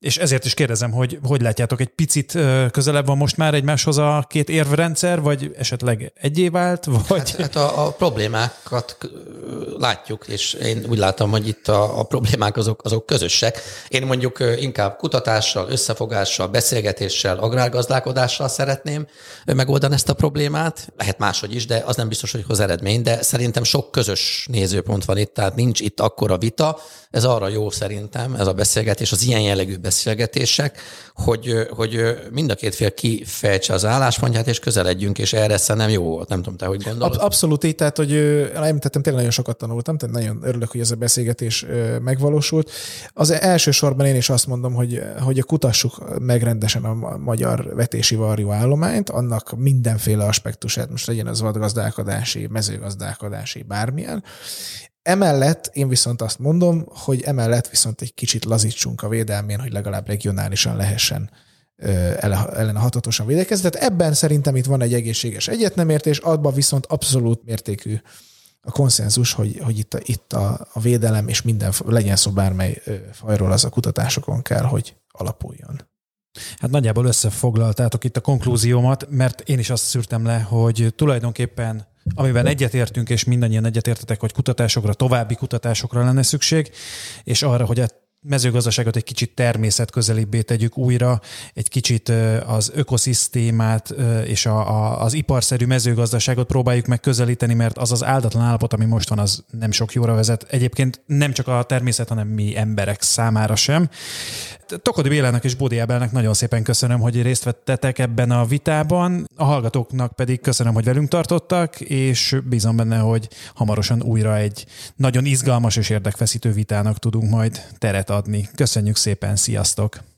És ezért is kérdezem, hogy hogy látjátok, egy picit közelebb van most már egymáshoz a két érvrendszer, vagy esetleg egyé vált? Vagy... Hát, hát a, a problémákat látjuk, és én úgy látom, hogy itt a, a problémák azok, azok közösek. Én mondjuk inkább kutatással, összefogással, beszélgetéssel, agrárgazdálkodással szeretném megoldani ezt a problémát. Lehet máshogy is, de az nem biztos, hogy hoz eredmény, de szerintem sok közös nézőpont van itt, tehát nincs itt akkora vita. Ez arra jó szerintem, ez a beszélgetés, az ilyen jellegű beszélgetések, hogy, hogy mind a két fél kifejtse az álláspontját, és közeledjünk, és erre szerintem jó volt. Nem tudom, te hogy gondolod? Abszolút így, tehát, hogy említettem, tényleg nagyon sokat tanultam, tehát nagyon örülök, hogy ez a beszélgetés megvalósult. Az elsősorban én is azt mondom, hogy, hogy kutassuk meg rendesen a magyar vetési varjú állományt, annak mindenféle aspektusát, most legyen az vadgazdálkodási, mezőgazdálkodási, bármilyen. Emellett én viszont azt mondom, hogy emellett viszont egy kicsit lazítsunk a védelmén, hogy legalább regionálisan lehessen ellene hatatosan védekezni. Tehát ebben szerintem itt van egy egészséges egyetnemértés, abban viszont abszolút mértékű a konszenzus, hogy, hogy itt, a, itt a, a védelem, és minden, legyen szó bármely fajról, az a kutatásokon kell, hogy alapuljon. Hát nagyjából összefoglaltátok itt a konklúziómat, mert én is azt szűrtem le, hogy tulajdonképpen amiben egyetértünk, és mindannyian egyetértetek, hogy kutatásokra, további kutatásokra lenne szükség, és arra, hogy a mezőgazdaságot egy kicsit természetközelibbé tegyük újra, egy kicsit az ökoszisztémát és a, a, az iparszerű mezőgazdaságot próbáljuk meg közelíteni, mert az az áldatlan állapot, ami most van, az nem sok jóra vezet. Egyébként nem csak a természet, hanem mi emberek számára sem. Tokody Bélának és Bódi Ábelnek nagyon szépen köszönöm, hogy részt vettetek ebben a vitában, a hallgatóknak pedig köszönöm, hogy velünk tartottak, és bízom benne, hogy hamarosan újra egy nagyon izgalmas és érdekfeszítő vitának tudunk majd teret adni. Köszönjük szépen, sziasztok!